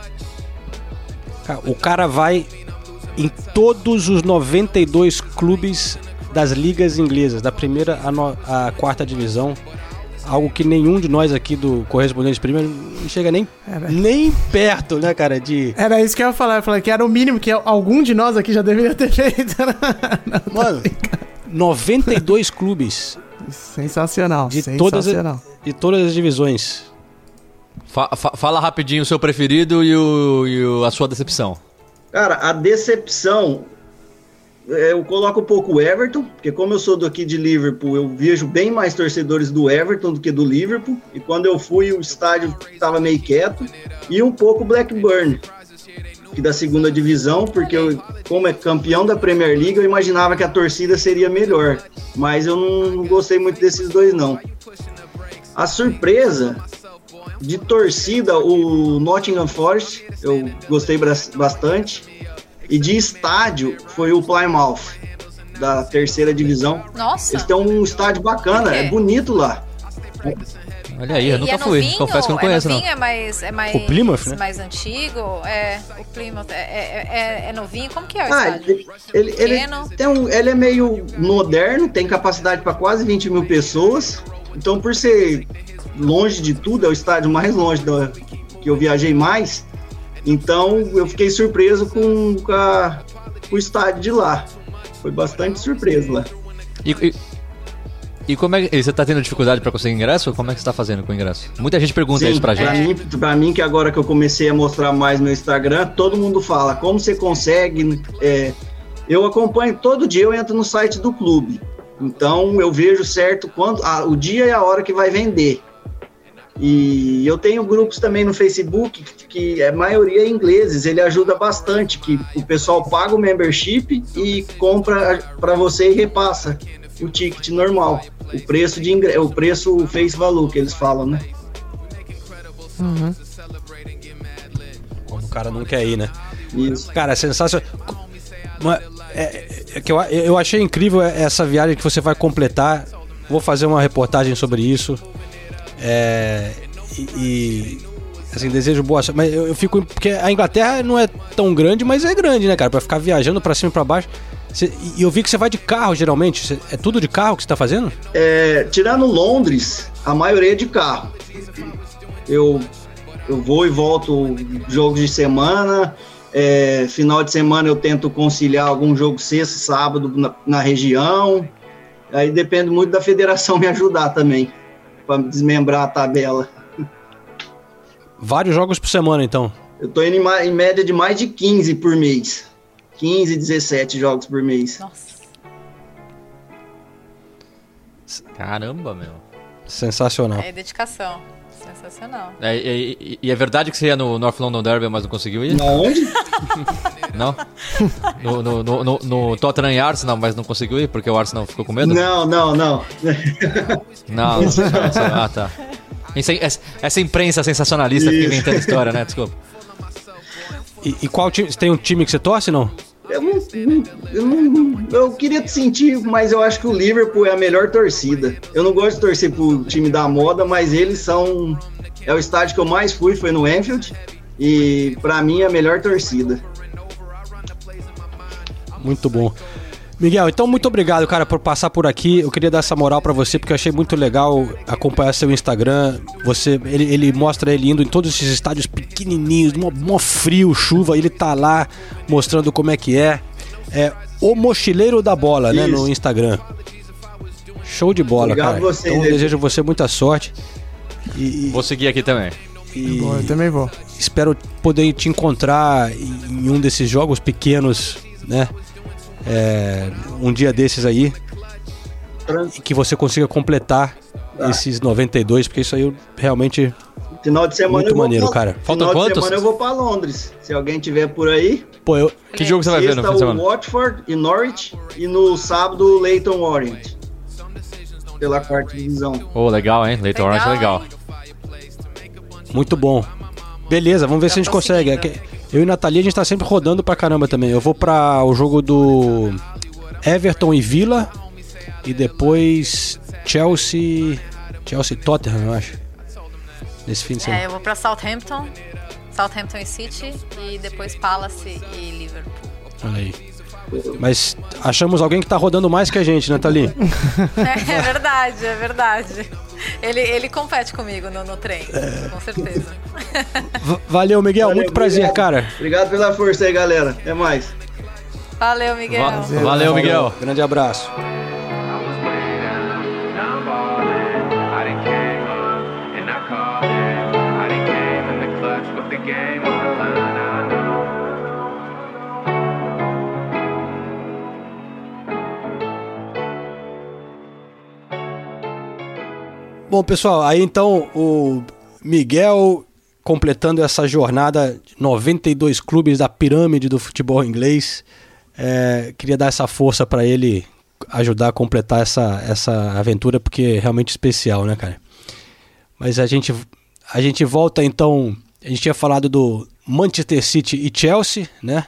O cara vai em todos os 92 clubes das ligas inglesas, da primeira à quarta divisão, algo que nenhum de nós aqui do Correspondentes Premier não chega nem perto, né, cara, Era isso que eu ia falar, eu falei que era o mínimo que algum de nós aqui já deveria ter feito. Mano, 92 clubes. Sensacional, de sensacional. De todas as divisões. Fala rapidinho o seu preferido e a sua decepção. Cara, a decepção, eu coloco um pouco o Everton, porque como eu sou daqui de Liverpool, eu vejo bem mais torcedores do Everton do que do Liverpool, e quando eu fui, o estádio estava meio quieto, e um pouco o Blackburn, que da segunda divisão, porque como é campeão da Premier League, eu imaginava que a torcida seria melhor, mas eu não gostei muito desses dois, não. A surpresa de torcida, o Nottingham Forest, eu gostei bastante. E de estádio, foi o Plymouth, da terceira divisão. Nossa! Eles têm um estádio bacana, é bonito lá. Olha aí, eu nunca fui, novinho? confesso que eu não conheço, não. É mais o Plymouth, né? Mais antigo? O Plymouth é novinho? Como que é o estádio? Ele é meio moderno, tem capacidade para quase 20 mil pessoas. Então, por ser longe de tudo, é o estádio mais longe que eu viajei mais. Então, eu fiquei surpreso com o estádio de lá. Foi bastante surpreso lá. E como é que você tá tendo dificuldade para conseguir ingresso? Como é que você tá fazendo com o ingresso? Muita gente pergunta isso pra gente. Pra mim, que agora que eu comecei a mostrar mais meu Instagram, todo mundo fala, como você consegue? Eu acompanho, todo dia eu entro no site do clube. Então, eu vejo certo o dia e a hora que vai vender. E eu tenho grupos também no Facebook, que a maioria é ingleses, ele ajuda bastante, que o pessoal paga o membership e compra para você e repassa o ticket normal, o preço de ingresso, o preço face value que eles falam, né? Uhum. Quando o cara não quer ir, né? Isso. Cara, é sensacional. Que eu achei incrível essa viagem que você vai completar. Vou fazer uma reportagem sobre isso. Assim, desejo boa sorte. Mas eu fico. Porque a Inglaterra não é tão grande, mas é grande, né, cara? Pra ficar viajando pra cima e pra baixo. E eu vi que você vai de carro, geralmente. É tudo de carro que você tá fazendo? Tirando Londres, a maioria é de carro. eu vou e volto jogos de semana. Final de semana eu tento conciliar algum jogo sexta e sábado na região. Aí depende muito da federação me ajudar também, para desmembrar a tabela. Vários jogos por semana, então? Eu tô indo em média de mais de 15 por mês. 15, 17 jogos por mês. Nossa. Caramba, meu. Sensacional. É dedicação. Sensacional. E é verdade que você ia no North London Derby, mas não conseguiu ir? Onde? Não? No Tottenham e Arsenal, mas não conseguiu ir porque o Arsenal ficou com medo? Não. Não. Ah, tá. Essa imprensa sensacionalista que fica inventando história, né? Desculpa. E qual time? Você tem um time que você torce, não? Eu queria te sentir, mas eu acho que o Liverpool é a melhor torcida. Eu não gosto de torcer pro time da moda, mas eles são... É o estádio que eu mais fui, foi no Anfield. E pra mim é a melhor torcida. Muito bom. Miguel, então muito obrigado, cara, por passar por aqui. Eu queria dar essa moral pra você, porque eu achei muito legal acompanhar seu Instagram. Ele mostra ele indo em todos esses estádios pequenininhos, mó frio, chuva, ele tá lá mostrando como é que é. É o Mochileiro da Bola, né, no Instagram. Show de bola, obrigado, cara. Você, então eu desejo você muita sorte. Vou seguir aqui também. Eu também vou. Espero poder te encontrar em um desses jogos pequenos, né? Um dia desses aí, e que você consiga completar esses 92, porque isso aí realmente final de semana muito maneiro, cara. Faltam quantos? Final de semana eu vou pra Londres, se alguém tiver por aí. Pô, que jogo você vai ver no fim de semana? O Watford e Norwich, e no sábado o Leyton Orient, pela quarta divisão. Legal, hein? Leyton Orient é legal. Muito bom. Beleza, vamos ver se a gente consegue. Eu e Nathalie, a gente tá sempre rodando pra caramba também. Eu vou pra o jogo do Everton e Villa. E depois Chelsea Tottenham, eu acho. Nesse fim de semana. Eu vou pra Southampton e City. E depois Palace e Liverpool. Olha aí. Mas achamos alguém que tá rodando mais que a gente, Nathalie. É verdade. Ele compete comigo no trem, com certeza. Valeu, Miguel. Muito prazer, cara. Obrigado pela força aí, galera. Até mais. Valeu, Miguel. Valeu, Miguel. Grande abraço. Bom, pessoal, aí então o Miguel completando essa jornada, 92 clubes da pirâmide do futebol inglês. Queria dar essa força para ele ajudar a completar essa aventura, porque é realmente especial, né, cara? Mas a gente volta então, a gente tinha falado do Manchester City e Chelsea, né?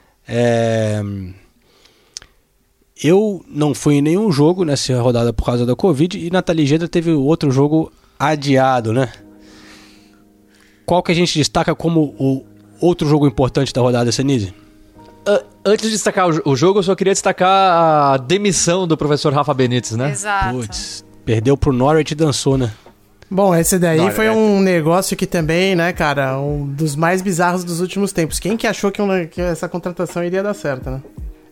Eu não fui em nenhum jogo nessa rodada por causa da Covid, e Nathalie Geda teve outro jogo adiado, né? Qual que a gente destaca como o outro jogo importante da rodada, Senise? Antes de destacar o jogo, eu só queria destacar a demissão do professor Rafa Benítez, né? Exato. Putz, perdeu pro Norwich e dançou, né? Bom, esse daí foi um negócio que também, né, cara, um dos mais bizarros dos últimos tempos. Quem que achou que essa contratação iria dar certo, né?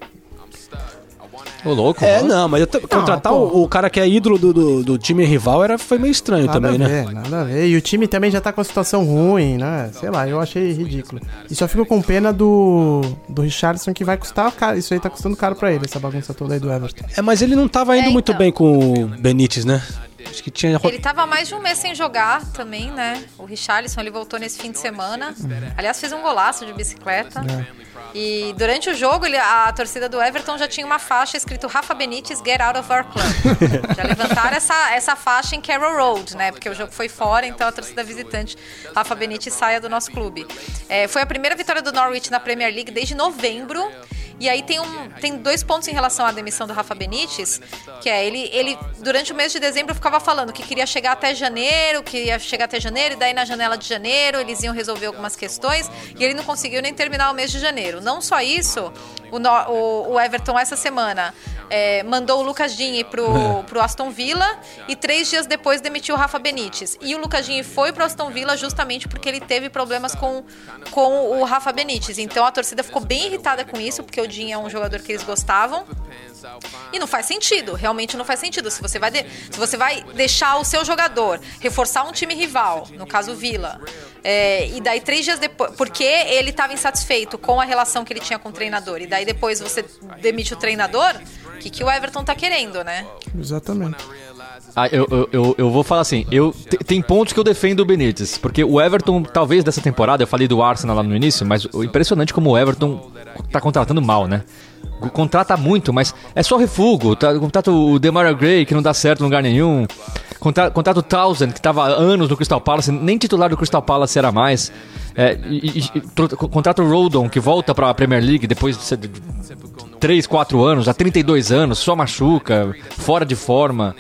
Ô, louco. Não, mas contratar o cara que é ídolo do time rival foi meio estranho também, né? Nada a ver. E o time também já tá com a situação ruim, né? Sei lá, eu achei ridículo. E só fico com pena do Richarlison, que vai custar caro. Isso aí tá custando caro pra ele, essa bagunça toda aí do Everton. Mas ele não tava indo muito bem com o Benítez, né? Acho que tinha... Ele tava mais de um mês sem jogar também, né? O Richarlison, ele voltou nesse fim de semana. Aliás, fez um golaço de bicicleta. E durante o jogo, a torcida do Everton já tinha uma faixa escrito Rafa Benítez, get out of our club. Já levantaram essa faixa em Carroll Road, né? Porque o jogo foi fora, então a torcida visitante, Rafa Benítez, saia do nosso clube. Foi a primeira vitória do Norwich na Premier League desde novembro. E aí tem 2 pontos em relação à demissão do Rafa Benítez, que ele durante o mês de dezembro ficava falando que queria chegar até janeiro, e daí na janela de janeiro eles iam resolver algumas questões, e ele não conseguiu nem terminar o mês de janeiro. Não só isso, o Everton essa semana mandou o Lucas Digne pro Aston Villa e 3 dias depois demitiu o Rafa Benítez. E o Lucas Digne foi pro Aston Villa justamente porque ele teve problemas com o Rafa Benítez. Então a torcida ficou bem irritada com isso, porque o Digne é um jogador que eles gostavam. E não faz sentido, realmente não faz sentido. Se você vai deixar o seu jogador reforçar um time rival, no caso o Villa, e daí 3 dias depois, porque ele estava insatisfeito com a relação que ele tinha com o treinador, e daí depois você demite o treinador, o que o Everton tá querendo, né? Exatamente. Eu vou falar assim, tem pontos que eu defendo o Benítez, porque o Everton, talvez dessa temporada, eu falei do Arsenal lá no início, mas o impressionante como o Everton tá contratando mal, né? Contrata muito, mas é só refugo. Contrata o Demarai Gray, que não dá certo em lugar nenhum. Contrata o Townsend, que estava há anos no Crystal Palace, nem titular do Crystal Palace era mais. Contrata o Rodon, que volta para a Premier League depois de 3, 4 anos, há 32 anos, só machuca, fora de forma.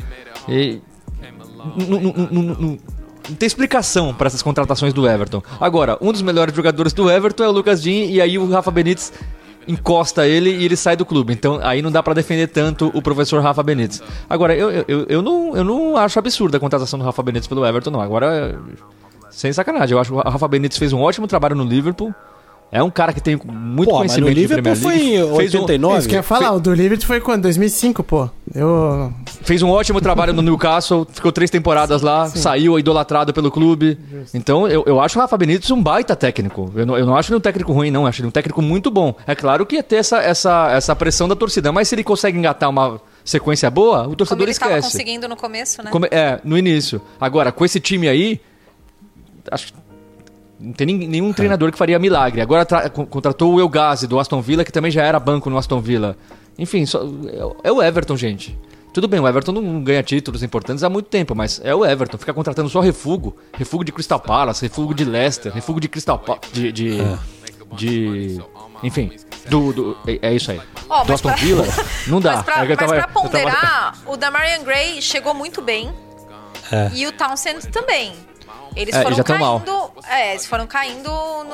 Não tem explicação para essas contratações do Everton. Agora, um dos melhores jogadores do Everton é o Lucas Digne, e aí o Rafa Benítez encosta ele e ele sai do clube. Então aí não dá pra defender tanto o professor Rafa Benítez. Agora, eu não acho absurda a contratação do Rafa Benítez pelo Everton, não. Agora, sem sacanagem, eu acho que o Rafa Benítez fez um ótimo trabalho no Liverpool. É um cara que tem muito conhecimento de Premier League. Foi em 89. Isso que eu ia falar, o do Liverpool foi quando? 2005, pô. Fez um ótimo trabalho no Newcastle, ficou 3 temporadas lá, saiu idolatrado pelo clube. Justo. Então eu acho o Rafa Benítez um baita técnico. Eu não acho ele um técnico ruim, não. Eu acho ele um técnico muito bom. É claro que ia ter essa pressão da torcida, mas se ele consegue engatar uma sequência boa, o torcedor esquece. Como ele estava conseguindo no começo, né? No início. Agora, com esse time aí, acho que não tem nenhum treinador que faria milagre. Agora contratou o El Ghazi do Aston Villa, que também já era banco no Aston Villa. Enfim, é o Everton, gente. Tudo bem, o Everton não ganha títulos importantes há muito tempo, mas é o Everton. Fica contratando só refugo de Crystal Palace, refugo de Leicester, refugo de Crystal Palace, enfim, é isso aí. Do Aston Villa, não dá. Mas pra ponderar, o Demarai Gray chegou muito bem, e o Townsend também. Eles foram caindo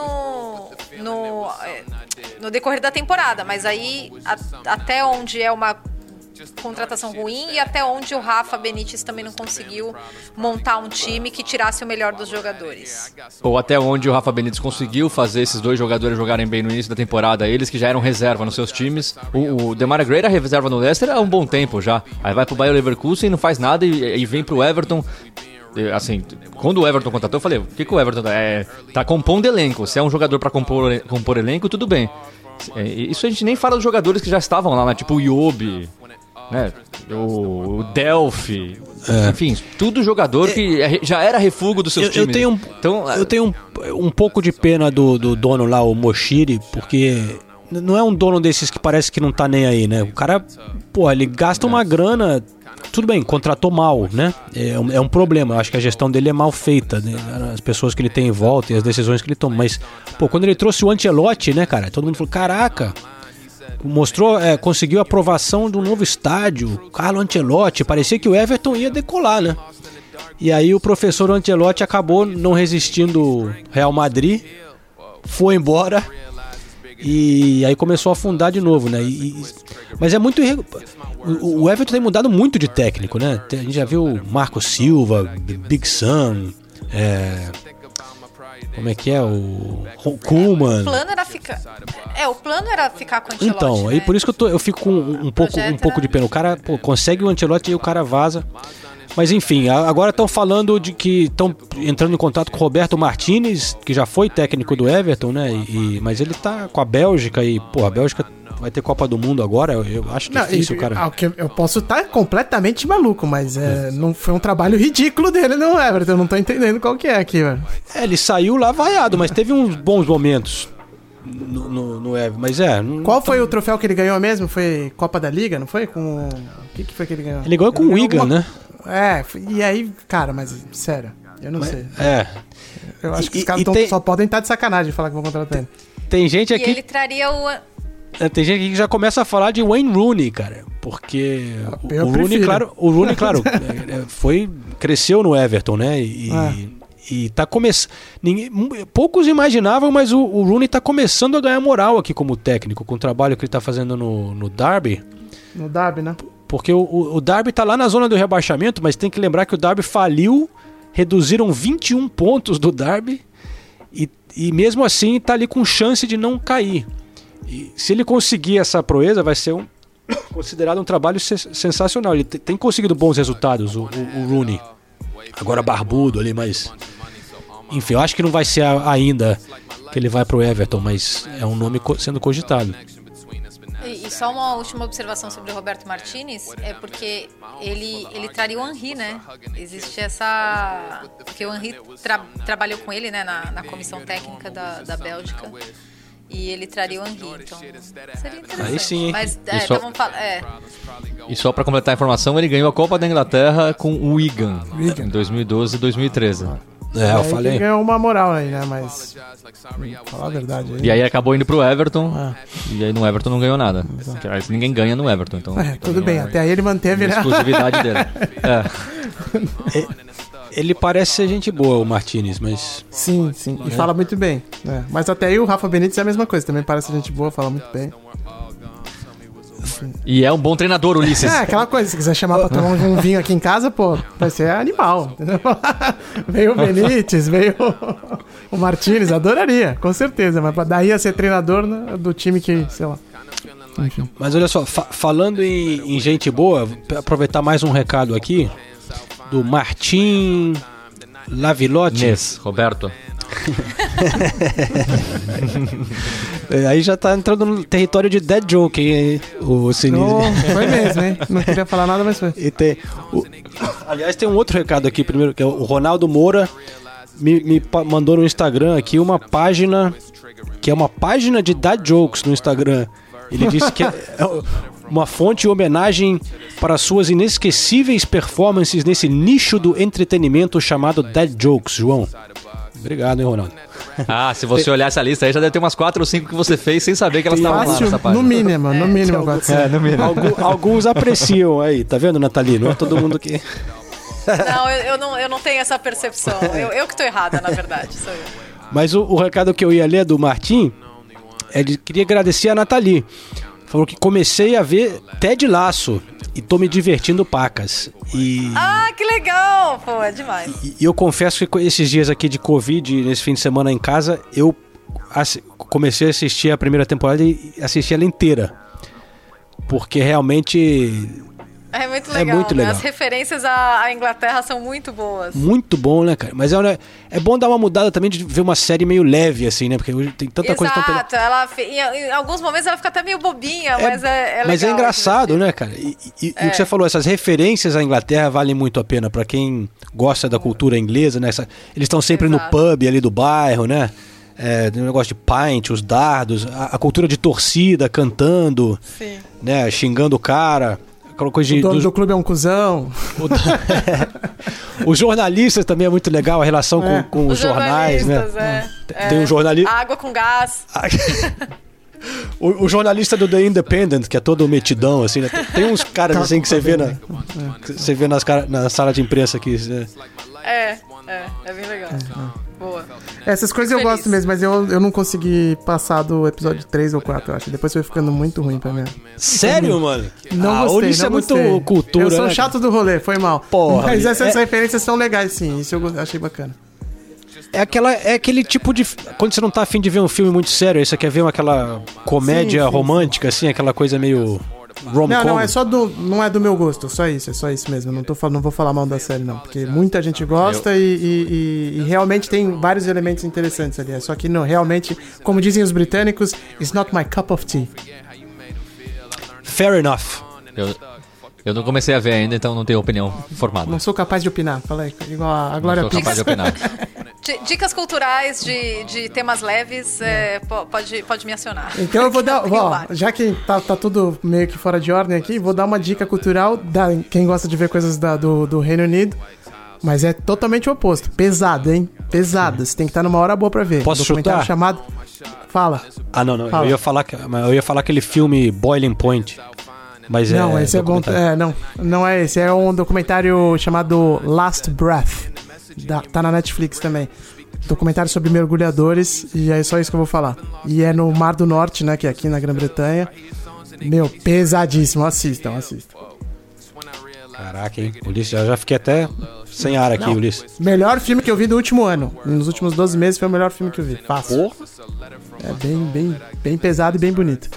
no decorrer da temporada, mas aí até onde é uma contratação ruim e até onde o Rafa Benítez também não conseguiu montar um time que tirasse o melhor dos jogadores. Ou até onde o Rafa Benítez conseguiu fazer esses 2 jogadores jogarem bem no início da temporada, eles que já eram reserva nos seus times. O Demarai Gray era reserva no Leicester há um bom tempo já. Aí vai pro Bayer Leverkusen e não faz nada e vem pro Everton. Assim, quando o Everton contratou, eu falei, o que o Everton tá compondo elenco? Se é um jogador pra compor elenco, tudo bem. Isso a gente nem fala dos jogadores que já estavam lá, né? Tipo o Iobi, né? O Delphi, enfim, tudo jogador que já era refugo dos seus times. Eu tenho um pouco de pena do dono lá, o Moshiri, porque não é um dono desses que parece que não tá nem aí, né? O cara, ele gasta uma grana. Tudo bem, contratou mal, né? É um problema. Eu acho que a gestão dele é mal feita, né? As pessoas que ele tem em volta e as decisões que ele toma. Mas, quando ele trouxe o Ancelotti, né, cara? Todo mundo falou, caraca, mostrou, conseguiu a aprovação de um novo estádio, Carlo Ancelotti. Parecia que o Everton ia decolar, né? E aí o professor Ancelotti acabou não resistindo Real Madrid, foi embora. E aí começou a afundar de novo, né? Mas é muito... O Everton tem mudado muito de técnico, né? A gente já viu Marco Silva, Big Sam, como é que é? O Koeman. O plano era ficar com o Ancelotti. Então, aí por isso que eu fico com um pouco de pena. O cara consegue o Ancelotti e o cara vaza. Mas enfim, agora estão falando de que estão entrando em contato com o Roberto Martinez, que já foi técnico do Everton, né? Mas ele tá com a Bélgica e, a Bélgica vai ter Copa do Mundo agora. Eu acho difícil, cara. Eu posso estar completamente maluco, mas não foi um trabalho ridículo dele no Everton. Eu não tô entendendo qual que é aqui, velho. Ele saiu lá vaiado, mas teve uns bons momentos no Everton. Mas qual foi o troféu que ele ganhou mesmo? Foi Copa da Liga, não foi? O que foi que ele ganhou? Ele ganhou com o Wigan, né? E aí, cara, mas sério, eu não sei. Eu acho que os caras só podem estar de sacanagem de falar que vão contratar ele. Tem gente aqui. E ele traria o. Tem gente aqui que já começa a falar de Wayne Rooney, cara. Porque o Rooney, claro, cresceu no Everton, né? E tá começando. Poucos imaginavam, mas o Rooney tá começando a ganhar moral aqui como técnico, com o trabalho que ele tá fazendo no Derby. No Derby, né? Porque o Derby tá lá na zona do rebaixamento, mas tem que lembrar que o Derby faliu, reduziram 21 pontos do Derby e mesmo assim tá ali com chance de não cair. E se ele conseguir essa proeza, vai ser considerado um trabalho sensacional. Ele tem conseguido bons resultados, o Rooney. Agora barbudo ali, mas... Enfim, eu acho que não vai ser ainda que ele vai pro Everton, mas é um nome sendo cogitado. E só uma última observação sobre o Roberto Martinez, é porque ele traria o Henry, né? Existe essa... Porque o Henry trabalhou com ele, né, na comissão técnica da Bélgica, e ele traria o Henry, então seria interessante. Aí sim, hein? Mas, E só pra completar a informação, ele ganhou a Copa da Inglaterra com o Wigan em 2012 e 2013. Eu falei. Ele ganhou uma moral aí, né? Mas. Falar a verdade aí. E aí acabou indo pro Everton. E aí no Everton não ganhou nada. Ninguém ganha no Everton. Então, tudo bem, até aí ele manteve, né? A exclusividade dele. Ele parece ser gente boa, o Martinez, mas... Sim. E fala muito bem. Mas até aí o Rafa Benítez é a mesma coisa. Também parece gente boa, fala muito bem. E é um bom treinador, Ulisses. Aquela coisa, se quiser chamar pra tomar um vinho aqui em casa, pô, vai ser animal, entendeu? Veio o Benítez, veio o Martinez, adoraria, com certeza, mas daí a ser treinador, né, do time que, sei lá. Enfim. Mas olha só, falando em gente boa, vou aproveitar mais um recado aqui, do Martim Lavilotti. Roberto. Aí já tá entrando no território de dead joke, hein, o Sinise. Foi mesmo, hein? Não queria falar nada, mas foi. E aliás, tem um outro recado aqui primeiro, que é o Ronaldo Moura me mandou no Instagram aqui uma página, que é uma página de dad jokes no Instagram. Ele disse que é uma fonte e homenagem para suas inesquecíveis performances nesse nicho do entretenimento chamado dad jokes, João. Obrigado, hein, Ronaldo. Se você olhar essa lista aí, já deve ter umas 4 ou 5 que você fez sem saber que elas estavam lá nessa página. No mínimo 400. No mínimo. Alguns apreciam aí, tá vendo, Nathalie? Não é todo mundo que... Não, eu não tenho essa percepção. Eu que tô errada, na verdade, sou eu. Mas o recado que eu ia ler do Martim, ele queria agradecer a Nathalie. Falou que comecei a ver Ted Lasso e tô me divertindo pacas. Que legal! Pô, é demais. E eu confesso que esses dias aqui de Covid, nesse fim de semana em casa, eu comecei a assistir a primeira temporada e assisti ela inteira. Porque realmente... É muito legal, muito legal. As referências à Inglaterra são muito boas. Muito bom, né, cara? Mas é bom dar uma mudada também de ver uma série meio leve, assim, né? Porque hoje tem tanta coisa... Exato, em alguns momentos ela fica até meio bobinha, mas é legal. Mas é engraçado, né, cara? E o que você falou, essas referências à Inglaterra valem muito a pena pra quem gosta da cultura inglesa, né? Eles estão sempre no pub ali do bairro, né? O negócio de pint, os dardos, a cultura de torcida, cantando, né? Xingando o cara... O dono do clube é um cuzão. Os jornalistas também é muito legal, a relação com os jornais, né? Tem um jornalista... Água com gás. O jornalista do The Independent, que é todo metidão, assim, né? Tem uns caras assim que você vê na sala de imprensa aqui. Né? É bem legal. Boa. Essas coisas eu gosto mesmo, mas eu não consegui passar do episódio 3 ou 4, eu acho. Depois foi ficando muito ruim pra mim. Sério, mano? Não gostei, isso é muito cultura, eu sou né? chato do rolê, foi mal. Porra, mas essas referências são legais, sim. Isso eu achei bacana. É aquele tipo de... Quando você não tá afim de ver um filme muito sério, aí você quer ver aquela comédia romântica, assim, aquela coisa meio... Não, é só não é do meu gosto, é só isso mesmo. Não vou falar mal da série, não. Porque muita gente gosta e realmente tem vários elementos interessantes ali. Só que não, realmente, como dizem os britânicos, it's not my cup of tea. Fair enough. Eu não comecei a ver ainda, então não tenho opinião formada. Não sou capaz de opinar, falei, igual a Glória Pires. Não sou capaz de opinar. Dicas culturais de temas leves, pode me acionar. Então eu vou dar, já que tá tudo meio que fora de ordem aqui, vou dar uma dica cultural da quem gosta de ver coisas do Reino Unido, mas é totalmente o oposto. Pesado, hein? Pesado. Você tem que estar numa hora boa pra ver. Posso documentário chutar? Chamado... Fala. Não. Fala. Eu ia falar aquele filme Boiling Point. Mas não, esse é bom. Não é esse. É um documentário chamado Last Breath. Tá na Netflix também. Documentário sobre mergulhadores. E é só isso que eu vou falar. E é no Mar do Norte, né? Que é aqui na Grã-Bretanha. Meu, pesadíssimo. Assistam. Caraca, hein? Ulisses, já fiquei até sem ar aqui, Ulisses. Melhor filme que eu vi do último ano. Nos últimos 12 meses foi o melhor filme que eu vi. Fácil. É bem pesado e bem bonito.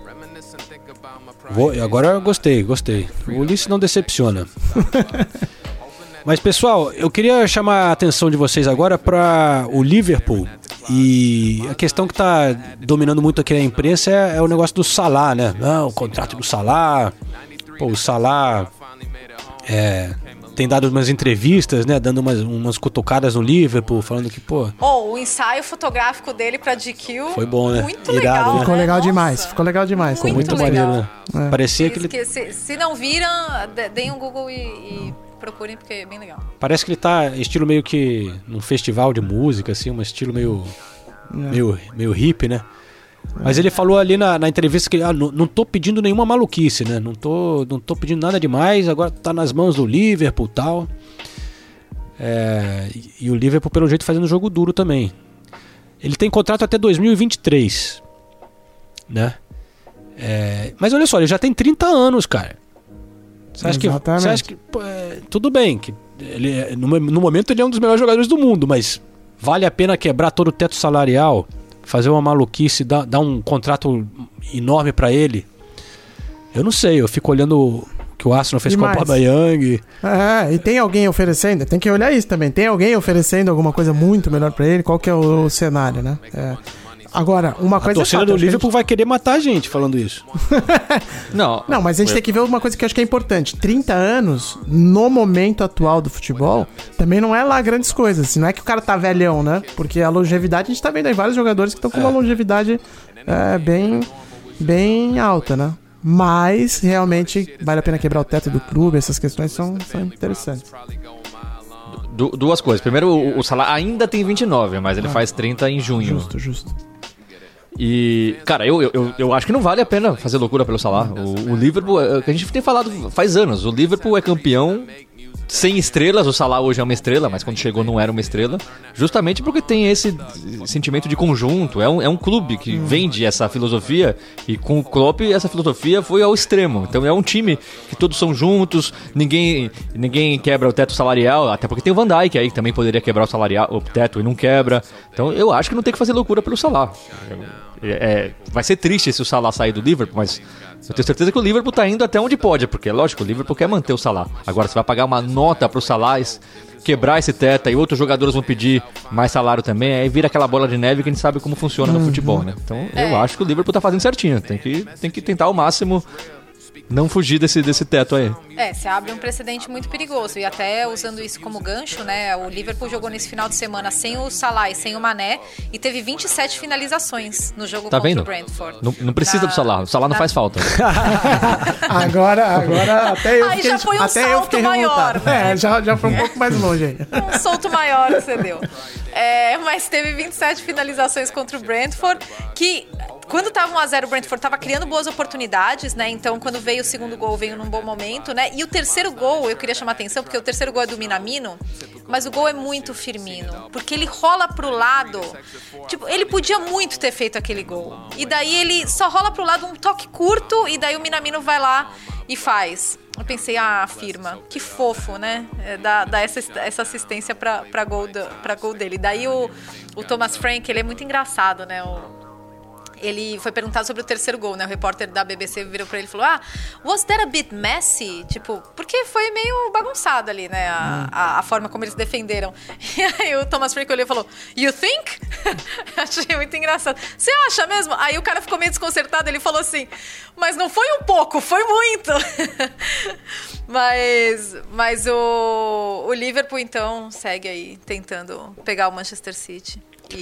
Agora eu gostei. O Ulisses não decepciona. Mas, pessoal, eu queria chamar a atenção de vocês agora para o Liverpool. E a questão que está dominando muito aqui na imprensa é o negócio do Salah, né? Não, o contrato do Salah. Pô, o Salah tem dado umas entrevistas, né? Dando umas cutucadas no Liverpool, falando que, pô... O ensaio fotográfico dele pra GQ... Foi bom, né? Muito legal, né? Ficou legal demais. Ficou muito maneiro, né? Parecia que ele... Se não viram, deem um Google e procurem, porque é bem legal. Parece que ele tá estilo meio que num festival de música, assim, um estilo meio hippie, né? Mas ele falou ali na entrevista que não tô pedindo nenhuma maluquice, né? Não tô pedindo nada demais, agora tá nas mãos do Liverpool e tal. E o Liverpool, pelo jeito, fazendo jogo duro também. Ele tem contrato até 2023, né? Mas olha só, ele já tem 30 anos, cara. Você acha que tudo bem, que ele, no momento ele é um dos melhores jogadores do mundo, mas vale a pena quebrar todo o teto salarial, fazer uma maluquice, dar um contrato enorme pra ele? Eu não sei, eu fico olhando o que o Arsenal fez com o Aubameyang. E tem alguém oferecendo, tem que olhar isso também, tem alguém oferecendo alguma coisa muito melhor pra ele? Qual que é o cenário, né? Agora, uma coisa... A torcida do Liverpool vai querer matar a gente falando isso. Não, mas a gente tem que ver uma coisa que eu acho que é importante. 30 anos, no momento atual do futebol, também não é lá grandes coisas. Assim, não é que o cara tá velhão, né? Porque a longevidade, a gente tá vendo aí vários jogadores que estão com uma longevidade bem alta, né? Mas, realmente, vale a pena quebrar o teto do clube. Essas questões são interessantes. Duas coisas. Primeiro, o Salah ainda tem 29, mas ele faz 30 em junho. Justo. E, cara, eu acho que não vale a pena fazer loucura pelo Salah. O Liverpool, que a gente tem falado faz anos, o Liverpool é campeão sem estrelas. O Salah hoje é uma estrela, mas quando chegou não era uma estrela, justamente porque tem esse sentimento de conjunto. É um clube que vende essa filosofia, e com o Klopp essa filosofia foi ao extremo. Então é um time que todos são juntos, ninguém quebra o teto salarial, até porque tem o Van Dijk aí que também poderia quebrar o teto e não quebra. Então eu acho que não tem que fazer loucura pelo Salah. Vai ser triste se o Salah sair do Liverpool, mas eu tenho certeza que o Liverpool tá indo até onde pode, porque lógico, o Liverpool quer manter o Salah. Agora você vai pagar uma nota pro Salah, quebrar esse teto, e outros jogadores vão pedir mais salário também, aí vira aquela bola de neve que a gente sabe como funciona no futebol, né? Então eu acho que o Liverpool tá fazendo certinho, tem que tentar ao máximo não fugir desse teto aí. Você abre um precedente muito perigoso. E até usando isso como gancho, né? O Liverpool jogou nesse final de semana sem o Salah e sem o Mané e teve 27 finalizações no jogo contra o Brentford. Não precisa do Salah. O Salah não faz falta. Agora até eu fiquei, já foi um salto maior, né? Já foi um pouco mais longe aí. Um salto maior que você deu. Mas teve 27 finalizações contra o Brentford, que quando tava 1-0 o Brentford tava criando boas oportunidades, né? Então quando veio o segundo gol, veio num bom momento, né? E o terceiro gol, eu queria chamar a atenção, porque o terceiro gol é do Minamino, mas o gol é muito Firmino, porque ele rola pro lado, tipo, ele podia muito ter feito aquele gol, e daí ele só rola pro lado, um toque curto, e daí o Minamino vai lá e faz. Eu pensei, firma, que fofo, né? Dá essa assistência pra gol dele. Daí o Thomas Frank, ele é muito engraçado, né? Ele foi perguntado sobre o terceiro gol, né? O repórter da BBC virou pra ele e falou: was that a bit messy? Tipo, porque foi meio bagunçado ali, né? A forma como eles defenderam. E aí o Thomas Frank olhou e falou: you think? Achei muito engraçado. Você acha mesmo? Aí o cara ficou meio desconcertado, ele falou assim: mas não foi um pouco, foi muito. Mas o Liverpool, então, segue aí tentando pegar o Manchester City.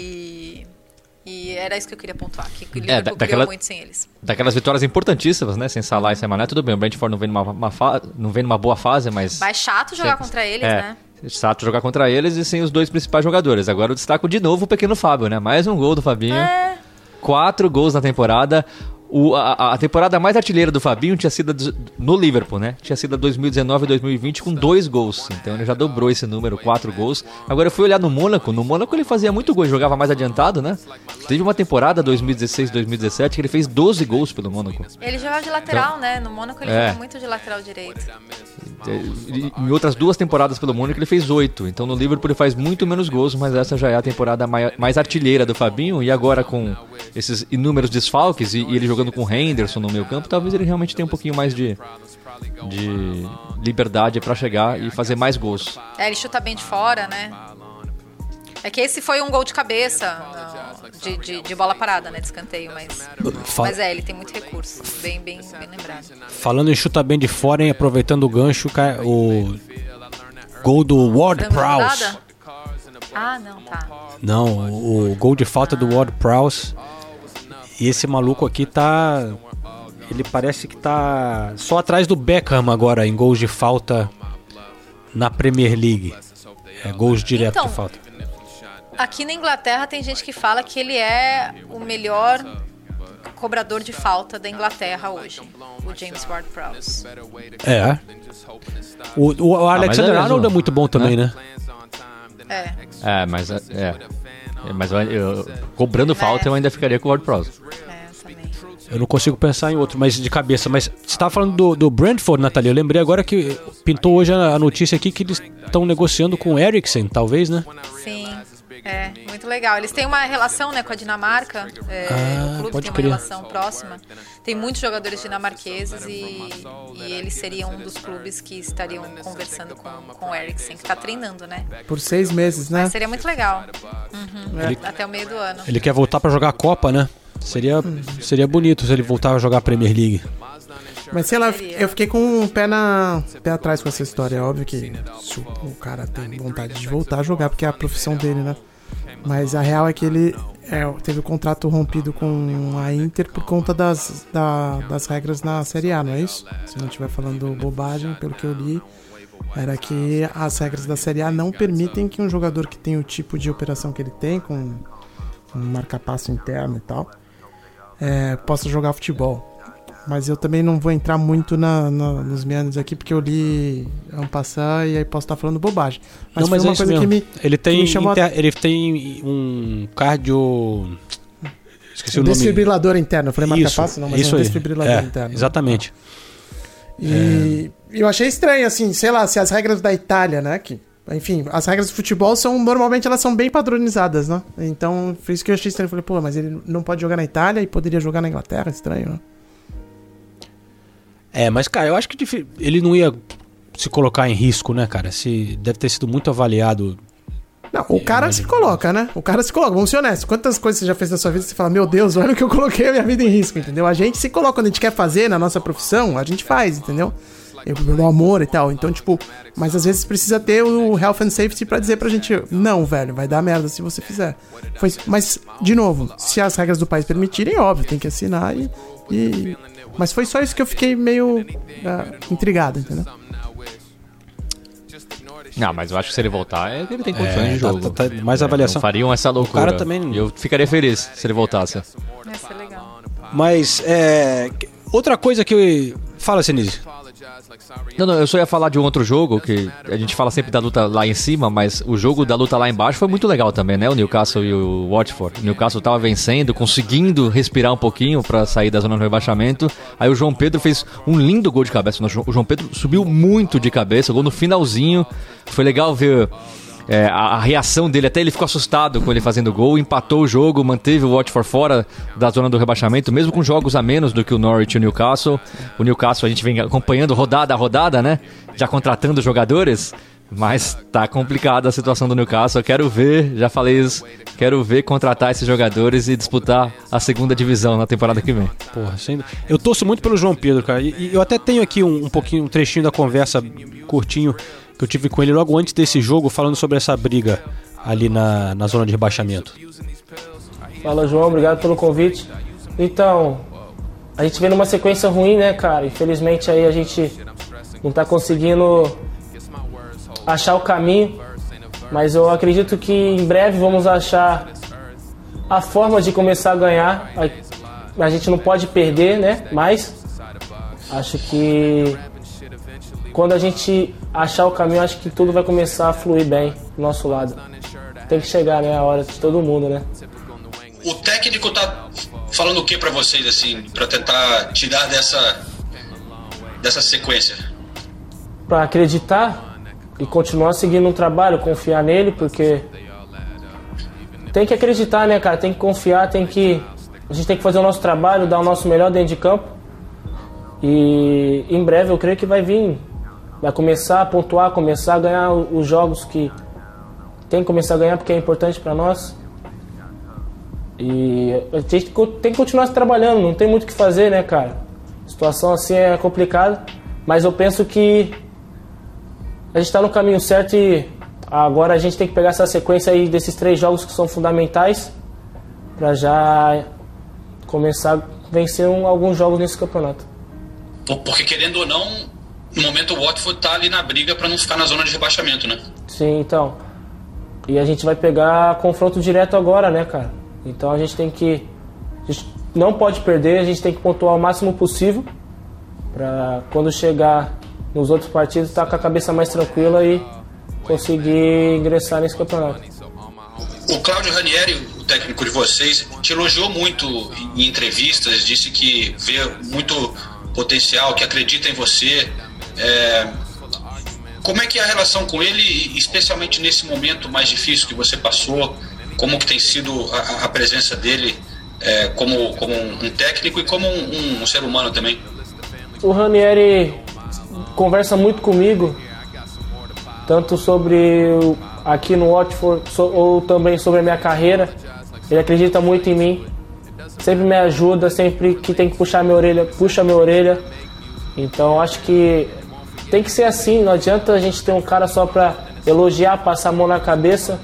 E era isso que eu queria pontuar, que o Liverpool criou muito sem eles. Daquelas vitórias importantíssimas, né? Sem Salah e sem Mané, tudo bem. O Brentford não vem numa boa fase, mas... Mas chato jogar contra eles, né? Chato jogar contra eles e sem os dois principais jogadores. Agora eu destaco de novo o pequeno Fábio, né? Mais um gol do Fabinho. 4 gols na temporada. A temporada mais artilheira do Fabinho tinha sido no Liverpool, né? Tinha sido 2019 e 2020 com 2 gols. Então ele já dobrou esse número, 4 gols. Agora eu fui olhar no Mônaco. No Mônaco ele fazia muito gol, jogava mais adiantado, né? Teve uma temporada 2016, 2017 que ele fez 12 gols pelo Mônaco. Ele jogava de lateral, né? No Mônaco ele joga muito de lateral direito. Em outras 2 temporadas pelo Mônaco ele fez 8. Então no Liverpool ele faz muito menos gols, mas essa já é a temporada mais artilheira do Fabinho. E agora com esses inúmeros desfalques e ele jogando com o Henderson no meio campo, talvez ele realmente tenha um pouquinho mais de liberdade para chegar e fazer mais gols. Ele chuta bem de fora, né? É que esse foi um gol de cabeça, de bola parada, né? De escanteio, mas ele tem muito recurso. Bem lembrado. Falando em chutar bem de fora, hein? Aproveitando o gancho, o gol do Ward-Prowse. Ah, não, tá. Não, o gol de falta do Ward-Prowse. E esse maluco aqui tá... Ele parece que tá só atrás do Beckham agora em gols de falta na Premier League. Gols direto de falta. Aqui na Inglaterra tem gente que fala que ele é o melhor cobrador de falta da Inglaterra hoje, o James Ward-Prowse. O Alexander-Arnold é muito bom também, né? Mas cobrando falta eu ainda ficaria com o Ward-Prowse. Eu não consigo pensar em outro, mas de cabeça. Mas você estava falando do Brentford, Nathalie. Eu lembrei agora que pintou hoje a notícia aqui que eles estão negociando com o Eriksen, talvez, né? Sim, muito legal. Eles têm uma relação, né, com a Dinamarca. O clube tem uma relação próxima. Tem muitos jogadores dinamarqueses e eles seriam um dos clubes que estariam conversando com o Eriksen, que está treinando, né? Por 6 meses, né? Mas seria muito legal. Até o meio do ano. Ele quer voltar para jogar a Copa, né? Seria bonito se ele voltar a jogar a Premier League. Mas sei lá, eu fiquei com um pé atrás com essa história. É óbvio que o cara tem vontade de voltar a jogar, porque é a profissão dele, né? Mas a real é que ele teve o contrato rompido com a Inter por conta das regras na Série A, não é isso? Se não estiver falando bobagem, pelo que eu li, era que as regras da Série A não permitem que um jogador que tem o tipo de operação que ele tem, com um marca-passo interno e tal, possa jogar futebol. Mas eu também não vou entrar muito nos meandros aqui, porque eu li en passant e aí posso estar falando bobagem. Mas não, foi uma coisa que me chamou... Ele tem um cardio... Esqueci o nome. Desfibrilador interno. Eu falei marca-passo, não, mas é um desfibrilador interno. Exatamente. E eu achei estranho, assim, sei lá, se as regras da Itália, né, que... Enfim, as regras do futebol normalmente elas são bem padronizadas, né? Então, foi isso que eu achei estranho. Eu falei, pô, mas ele não pode jogar na Itália e poderia jogar na Inglaterra? Estranho, né? Mas, cara, eu acho que ele não ia se colocar em risco, né, cara? Deve ter sido muito avaliado. Não, o cara se coloca, né? O cara se coloca, vamos ser honestos. Quantas coisas você já fez na sua vida que você fala, meu Deus, olha o que eu coloquei a minha vida em risco, entendeu? A gente se coloca, quando a gente quer fazer na nossa profissão, a gente faz, entendeu? Pelo amor e tal. Então, tipo, mas às vezes precisa ter o health and safety pra dizer pra gente, não, velho, vai dar merda se você fizer. Mas, de novo, se as regras do país permitirem, óbvio, tem que assinar mas foi só isso que eu fiquei meio intrigado, entendeu? Não, mas eu acho que se ele voltar, ele tem condições de jogo. Tá mais avaliação. Não fariam essa loucura. O cara também... Eu ficaria feliz se ele voltasse. Vai ser legal. Mas, outra coisa que... Fala, Sinise. Não, eu só ia falar de um outro jogo, que a gente fala sempre da luta lá em cima, mas o jogo da luta lá embaixo foi muito legal também, né? O Newcastle e o Watford. O Newcastle tava vencendo, conseguindo respirar um pouquinho pra sair da zona do rebaixamento. Aí o João Pedro fez um lindo gol de cabeça. O João Pedro subiu muito de cabeça, o gol no finalzinho. Foi legal ver... a reação dele, até ele ficou assustado com ele fazendo gol, empatou o jogo, manteve o Watford fora da zona do rebaixamento, mesmo com jogos a menos do que o Norwich e o Newcastle. O Newcastle a gente vem acompanhando rodada a rodada, né? Já contratando jogadores, mas tá complicada a situação do Newcastle. Eu quero ver, já falei isso, quero ver contratar esses jogadores e disputar a segunda divisão na temporada que vem. Porra, eu torço muito pelo João Pedro, cara, e eu até tenho aqui um trechinho da conversa curtinho que eu tive com ele logo antes desse jogo, falando sobre essa briga ali na zona de rebaixamento. Fala, João, obrigado pelo convite. Então, a gente vem numa sequência ruim, né, cara? Infelizmente aí a gente não tá conseguindo achar o caminho, mas eu acredito que em breve vamos achar a forma de começar a ganhar a gente não pode perder, né? Mas acho que quando a gente achar o caminho, acho que tudo vai começar a fluir bem do nosso lado. Tem que chegar, né, a hora de todo mundo, né? O técnico tá falando o que pra vocês, assim, pra tentar tirar dessa sequência? Pra acreditar e continuar seguindo um trabalho, confiar nele, porque tem que acreditar, né, cara? Tem que confiar, a gente tem que fazer o nosso trabalho, dar o nosso melhor dentro de campo. E em breve eu creio que vai começar a pontuar, começar a ganhar os jogos que tem que começar a ganhar, porque é importante pra nós. E a gente tem que continuar se trabalhando, não tem muito o que fazer, né, cara? A situação assim é complicada, mas eu penso que a gente tá no caminho certo e agora a gente tem que pegar essa sequência aí desses 3 jogos que são fundamentais pra já começar a vencer alguns jogos nesse campeonato. Porque querendo ou não, no momento o Watford tá ali na briga pra não ficar na zona de rebaixamento, né? Sim, então. E a gente vai pegar confronto direto agora, né, cara? Então a gente não pode perder, a gente tem que pontuar o máximo possível pra quando chegar nos outros partidos estar com a cabeça mais tranquila e conseguir ingressar nesse campeonato. O Claudio Ranieri, o técnico de vocês, te elogiou muito em entrevistas, disse que vê muito potencial, que acredita em você. Como é que é a relação com ele, especialmente nesse momento mais difícil que você passou? Como que tem sido a presença dele como um técnico e como um ser humano também? O Ranieri conversa muito comigo, tanto sobre aqui no Watford ou também sobre a minha carreira. Ele acredita muito em mim, sempre me ajuda, sempre que tem que puxar minha orelha, puxa minha orelha. Então acho que tem que ser assim, não adianta a gente ter um cara só pra elogiar, passar a mão na cabeça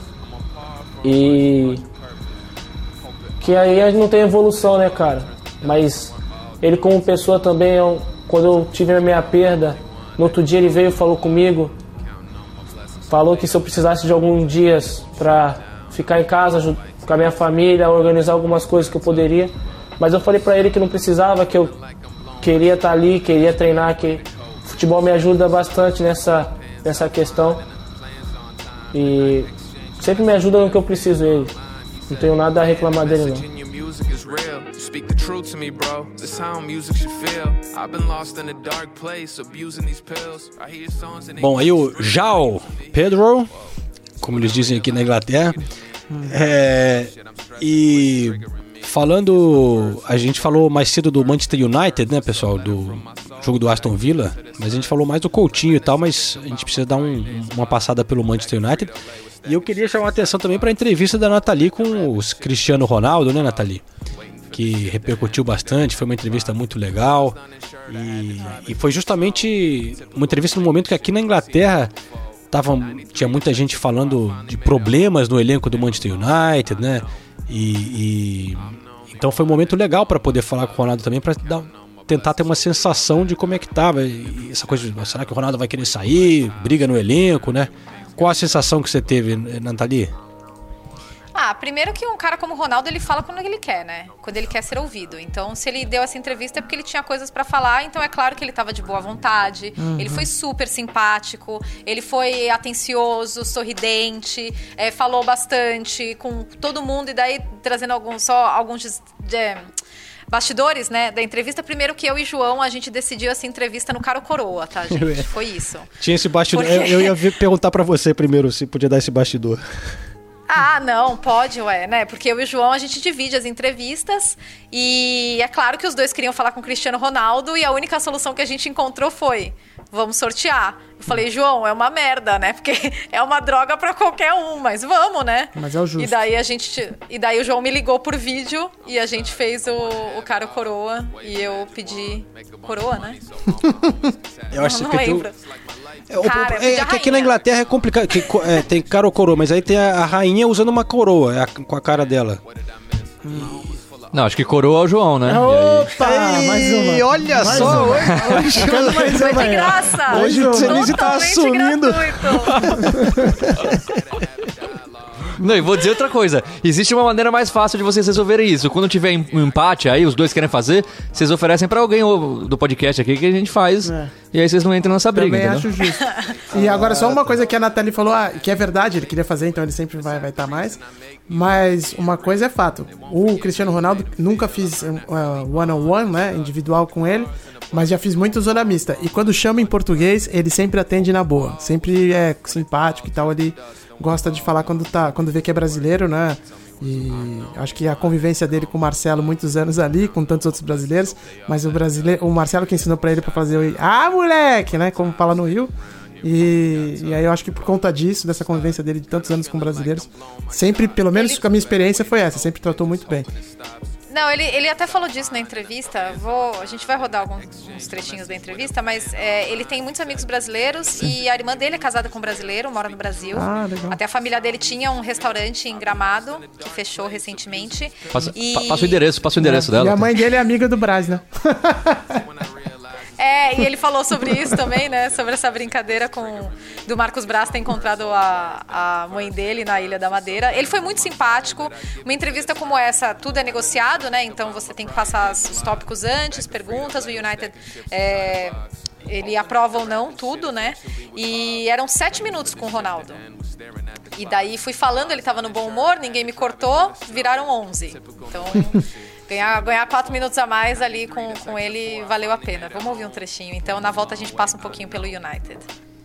e que aí a gente não tem evolução, né, cara? Mas ele como pessoa também, quando eu tive a minha perda, no outro dia ele veio e falou comigo, falou que se eu precisasse de alguns dias pra ficar em casa com a minha família, organizar algumas coisas que eu poderia, mas eu falei pra ele que não precisava, que eu queria estar ali, queria treinar, que o futebol me ajuda bastante nessa questão e sempre me ajuda no que eu preciso ele. Não tenho nada a reclamar dele, não. Bom, aí o João Pedro, como eles dizem aqui na Inglaterra, e falando, a gente falou mais cedo do Manchester United, né, pessoal, do jogo do Aston Villa, mas a gente falou mais do Coutinho e tal, mas a gente precisa dar uma passada pelo Manchester United. E eu queria chamar a atenção também para a entrevista da Nathalie com o Cristiano Ronaldo, né, Nathalie? Que repercutiu bastante, foi uma entrevista muito legal e foi justamente uma entrevista no momento que aqui na Inglaterra tinha muita gente falando de problemas no elenco do Manchester United, né? Então foi um momento legal para poder falar com o Ronaldo também, para tentar ter uma sensação de como é que tava, e essa coisa de, será que o Ronaldo vai querer sair, briga no elenco, né? Qual a sensação que você teve, Nathalie? Primeiro que um cara como o Ronaldo, ele fala quando ele quer, né? Quando ele quer ser ouvido. Então, se ele deu essa entrevista é porque ele tinha coisas pra falar, então é claro que ele tava de boa vontade, ele foi super simpático, ele foi atencioso, sorridente, falou bastante com todo mundo, e daí trazendo alguns bastidores, né, da entrevista. Primeiro que eu e João, a gente decidiu essa entrevista no Cara ou Coroa, tá, gente? Foi isso. Tinha esse bastidor. Eu ia perguntar pra você primeiro se podia dar esse bastidor. Não, pode, né? Porque eu e o João, a gente divide as entrevistas e é claro que os dois queriam falar com o Cristiano Ronaldo e a única solução que a gente encontrou foi, vamos sortear. Eu falei, João, é uma merda, né? Porque é uma droga pra qualquer um, mas vamos, né? Mas é o justo. E daí o João me ligou por vídeo e a gente fez o Cara ou Coroa e eu pedi coroa, né? Eu acho não que lembro. Que aqui na Inglaterra é complicado, tem cara ou coroa, mas aí tem a rainha usando uma coroa, com a cara dela. Não, acho que coroa é o João, né? Opa, mais uma. Olha só, hoje mais uma. De graça. Hoje o Denise tá assumindo. Não, e vou dizer outra coisa. Existe uma maneira mais fácil de vocês resolverem isso. Quando tiver um empate aí, os dois querem fazer, vocês oferecem pra alguém do podcast aqui que a gente faz. E aí vocês não entram nessa briga, Também entendeu? acho justo. E agora só uma coisa que a Nathalie falou, que é verdade, ele queria fazer, então ele sempre vai estar mais. Mas uma coisa é fato. O Cristiano Ronaldo, nunca fiz one-on-one, né, individual com ele, mas já fiz muito zona mista. E quando chama em português, ele sempre atende na boa. Sempre é simpático e tal, ele gosta de falar quando vê que é brasileiro, né? E acho que a convivência dele com o Marcelo, muitos anos ali, com tantos outros brasileiros, mas o Marcelo que ensinou pra ele pra fazer o moleque, né? Como fala no Rio. E aí eu acho que por conta disso, dessa convivência dele de tantos anos com brasileiros, sempre, pelo menos com a minha experiência, foi essa, sempre tratou muito bem. Não, ele até falou disso na entrevista. A gente vai rodar alguns trechinhos da entrevista, mas ele tem muitos amigos brasileiros e a irmã dele é casada com um brasileiro, mora no Brasil. Legal. Até a família dele tinha um restaurante em Gramado, que fechou recentemente. Passa o endereço dela. E a mãe dele é amiga do Braz, né? E ele falou sobre isso também, né? Sobre essa brincadeira do Marcos Braz ter encontrado a mãe dele na Ilha da Madeira. Ele foi muito simpático. Uma entrevista como essa, tudo é negociado, né? Então você tem que passar os tópicos antes, perguntas. O United, ele aprova ou não tudo, né? E eram 7 minutos com o Ronaldo. E daí fui falando, ele tava no bom humor, ninguém me cortou, viraram 11. Então... Ganhar 4 minutos a mais ali com ele valeu a pena. Vamos ouvir um trechinho. Então, na volta, a gente passa um pouquinho pelo United.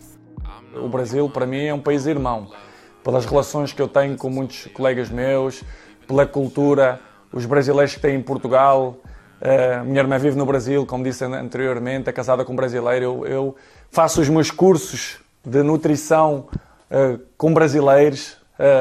O Brasil, para mim, é um país irmão. Pelas relações que eu tenho com muitos colegas meus, pela cultura, os brasileiros que têm em Portugal. A minha irmã vive no Brasil, como disse anteriormente, é casada com um brasileiro. Eu faço os meus cursos de nutrição com brasileiros.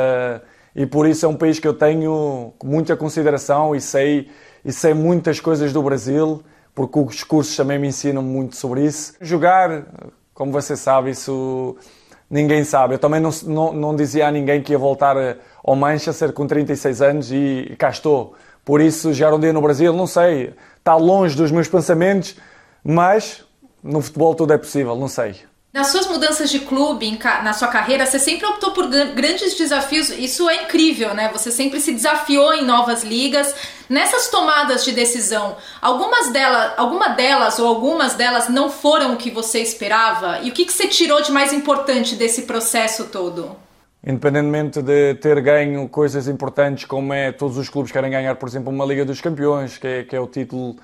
E por isso é um país que eu tenho muita consideração e sei muitas coisas do Brasil, porque os cursos também me ensinam muito sobre isso. Jogar, como você sabe, isso ninguém sabe. Eu também não dizia a ninguém que ia voltar ao Manchester com 36 anos e cá estou. Por isso, jogar um dia no Brasil, não sei, está longe dos meus pensamentos, mas no futebol tudo é possível, não sei. Nas suas mudanças de clube, na sua carreira, você sempre optou por grandes desafios. Isso é incrível, né? Você sempre se desafiou em novas ligas. Nessas tomadas de decisão, alguma delas ou algumas delas não foram o que você esperava? E o que você tirou de mais importante desse processo todo? Independentemente de ter ganho coisas importantes, como todos os clubes querem ganhar, por exemplo, uma Liga dos Campeões, que é o título,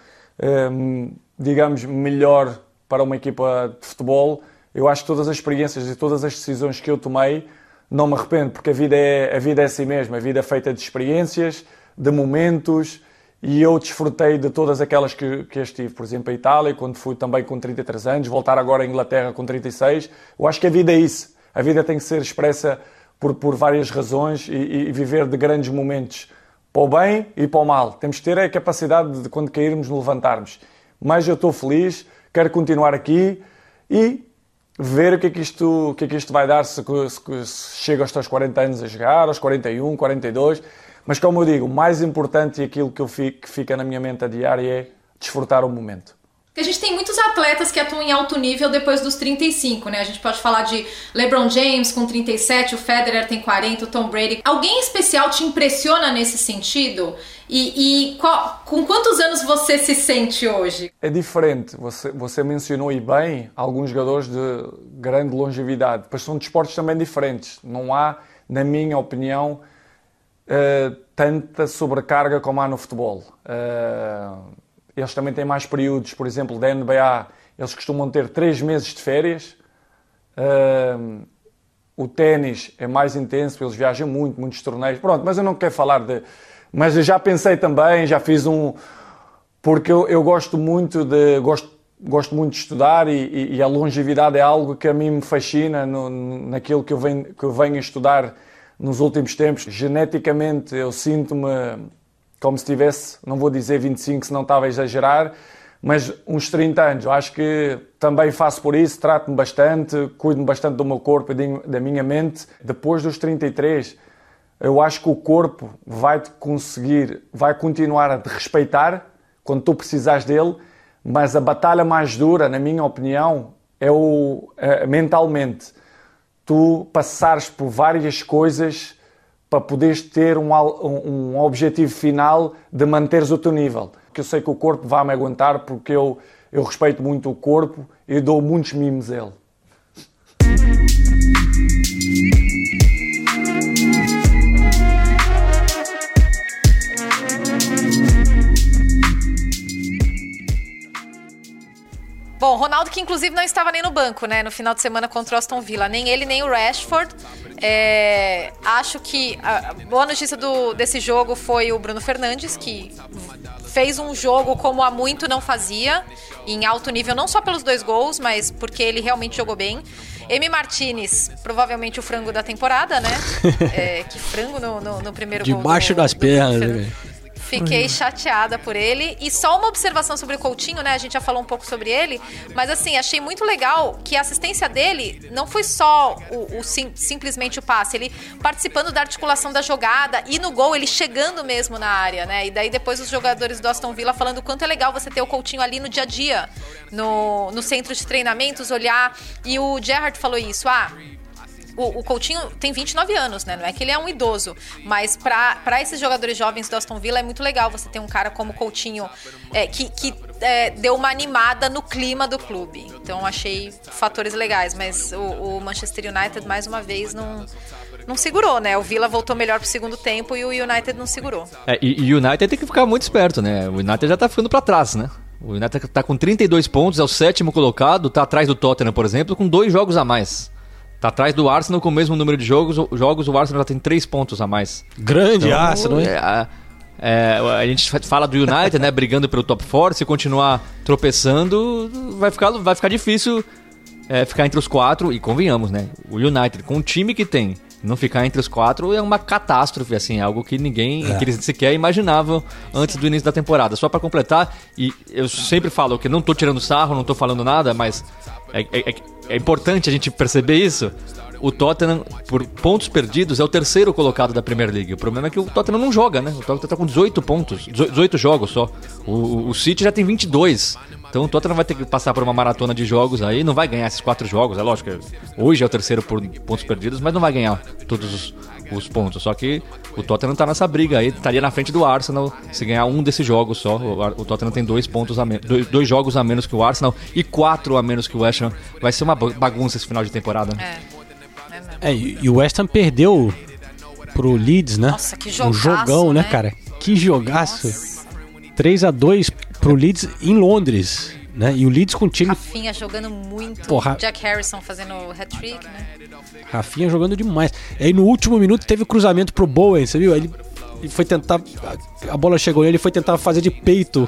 digamos, melhor para uma equipa de futebol. Eu acho que todas as experiências e todas as decisões que eu tomei, não me arrependo, porque a vida é assim mesmo. A vida é feita de experiências, de momentos, e eu desfrutei de todas aquelas que estive. Por exemplo, a Itália, quando fui também com 33 anos, voltar agora à Inglaterra com 36. Eu acho que a vida é isso. A vida tem que ser expressa por várias razões e viver de grandes momentos, para o bem e para o mal. Temos que ter a capacidade de, quando cairmos, nos levantarmos. Mas eu estou feliz, quero continuar aqui e ver o que é que isto vai dar se chego aos 40 anos a jogar, aos 41, 42. Mas, como eu digo, o mais importante e aquilo que fica na minha mente a diário é desfrutar o momento. A gente tem muitos atletas que atuam em alto nível depois dos 35, né? A gente pode falar de LeBron James com 37, o Federer tem 40, o Tom Brady. Alguém especial te impressiona nesse sentido? Com quantos anos você se sente hoje? É diferente. Você mencionou e bem alguns jogadores de grande longevidade. Depois são desportos também diferentes. Não há, na minha opinião, tanta sobrecarga como há no futebol. Eles também têm mais períodos, por exemplo, da NBA, eles costumam ter 3 meses de férias. O ténis é mais intenso, eles viajam muitos torneios. Pronto, mas eu não quero falar de... Mas eu já pensei também, já fiz porque eu gosto muito de estudar e a longevidade é algo que a mim me fascina naquilo que eu venho a estudar nos últimos tempos. Geneticamente eu sinto-me como se tivesse, não vou dizer 25, senão estava a exagerar, mas uns 30 anos. Eu acho que também faço por isso, trato-me bastante, cuido-me bastante do meu corpo e da minha mente. Depois dos 33, eu acho que o corpo vai continuar a te respeitar quando tu precisares dele, mas a batalha mais dura, na minha opinião, é mentalmente. Tu passares por várias coisas para poderes ter um objetivo final de manteres o teu nível. Porque eu sei que o corpo vai me aguentar, porque eu respeito muito o corpo e dou muitos mimos a ele. Bom, Ronaldo, que inclusive não estava nem no banco, né, no final de semana contra o Aston Villa, nem ele, nem o Rashford. Acho que a boa notícia desse jogo foi o Bruno Fernandes, que fez um jogo como há muito não fazia, em alto nível, não só pelos 2 gols, mas porque ele realmente jogou bem. Emi Martinez, provavelmente o frango da temporada, né? Que frango no primeiro gol. Debaixo das pernas, né? Fiquei chateada por ele. E só uma observação sobre o Coutinho, né? A gente já falou um pouco sobre ele. Mas assim, achei muito legal que a assistência dele não foi só simplesmente o passe. Ele participando da articulação da jogada e no gol, ele chegando mesmo na área, né? E daí depois os jogadores do Aston Villa falando o quanto é legal você ter o Coutinho ali no dia a dia, no centro de treinamentos, olhar. E o Gerrard falou isso, o Coutinho tem 29 anos, né? Não é que ele é um idoso, mas para esses jogadores jovens do Aston Villa é muito legal você ter um cara como o Coutinho que deu uma animada no clima do clube. Então achei fatores legais, mas o Manchester United mais uma vez não segurou, né? O Villa voltou melhor pro segundo tempo e o United não segurou. E o United tem que ficar muito esperto, né? O United já tá ficando para trás, né? O United tá com 32 pontos, é o 7º colocado, tá atrás do Tottenham, por exemplo, com 2 jogos a mais. Tá atrás do Arsenal com o mesmo número de jogos, o Arsenal já tem 3 pontos a mais. Grande então, Arsenal, hein? A gente fala do United, né, brigando pelo top 4, se continuar tropeçando, vai ficar difícil ficar entre os 4, e convenhamos, né, o United, com o time que tem, não ficar entre os 4 é uma catástrofe, assim, algo que que eles sequer imaginavam antes do início da temporada. Só pra completar, e eu sempre falo que não tô tirando sarro, não tô falando nada, mas é importante a gente perceber isso. O Tottenham, por pontos perdidos, é o 3º colocado da Premier League. O problema é que o Tottenham não joga, né? O Tottenham tá com 18 pontos, 18 jogos só. O City já tem 22. Então o Tottenham vai ter que passar por uma maratona de jogos aí. Não vai ganhar esses 4 jogos, é lógico. Hoje é o 3º por pontos perdidos, mas não vai ganhar todos os pontos. Só que o Tottenham tá nessa briga aí, estaria na frente do Arsenal se ganhar um desses jogos só. O Tottenham tem 2 jogos a menos que o Arsenal e 4 a menos que o West Ham. Vai ser uma bagunça esse final de temporada. E o West Ham perdeu pro Leeds, né? Nossa, que jogaço, um jogão, né, cara? Que jogaço. Nossa. 3-2 pro Leeds em Londres, né? E o Leeds com o time... Rafinha jogando muito. Jack Harrison fazendo hat-trick, né? Rafinha jogando demais. Aí no último minuto teve cruzamento pro Bowen, você viu? Ele foi tentar... A bola chegou nele, ele foi tentar fazer de peito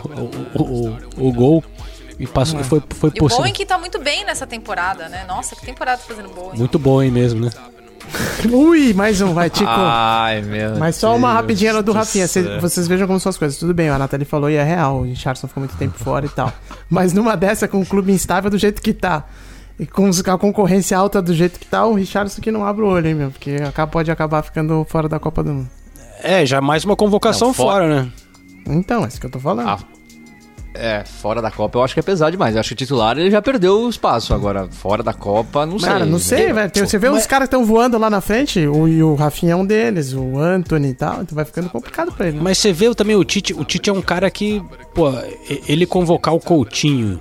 o gol. E passou, foi por cima. E o Bowen que tá muito bem nessa temporada, né? Nossa, que temporada fazendo Bowen. Muito bom, hein, mesmo, né? Ui, mais um, vai, Tico. Ai, meu Mas só uma rapidinha do Rafinha, vocês vejam como são as coisas. Tudo bem, a Nathalie falou e é real, o Richarlison ficou muito tempo fora e tal. Mas numa dessa, com o clube instável do jeito que tá, e com a concorrência alta do jeito que tá, o Richarlison que não abre o olho, hein, meu? Porque pode acabar ficando fora da Copa do Mundo. Já mais uma convocação fora, né? Então, é isso que eu tô falando. Fora da Copa eu acho que é pesado demais. Eu acho que titular ele já perdeu o espaço. Agora, fora da Copa, não sei. Cara, não sei, velho. Você vê uns caras que estão voando lá na frente, e o Rafinha é um deles, o Antony e tal, então vai ficando complicado pra ele. Né? Mas você vê também o Tite é um cara que, ele convocar o Coutinho.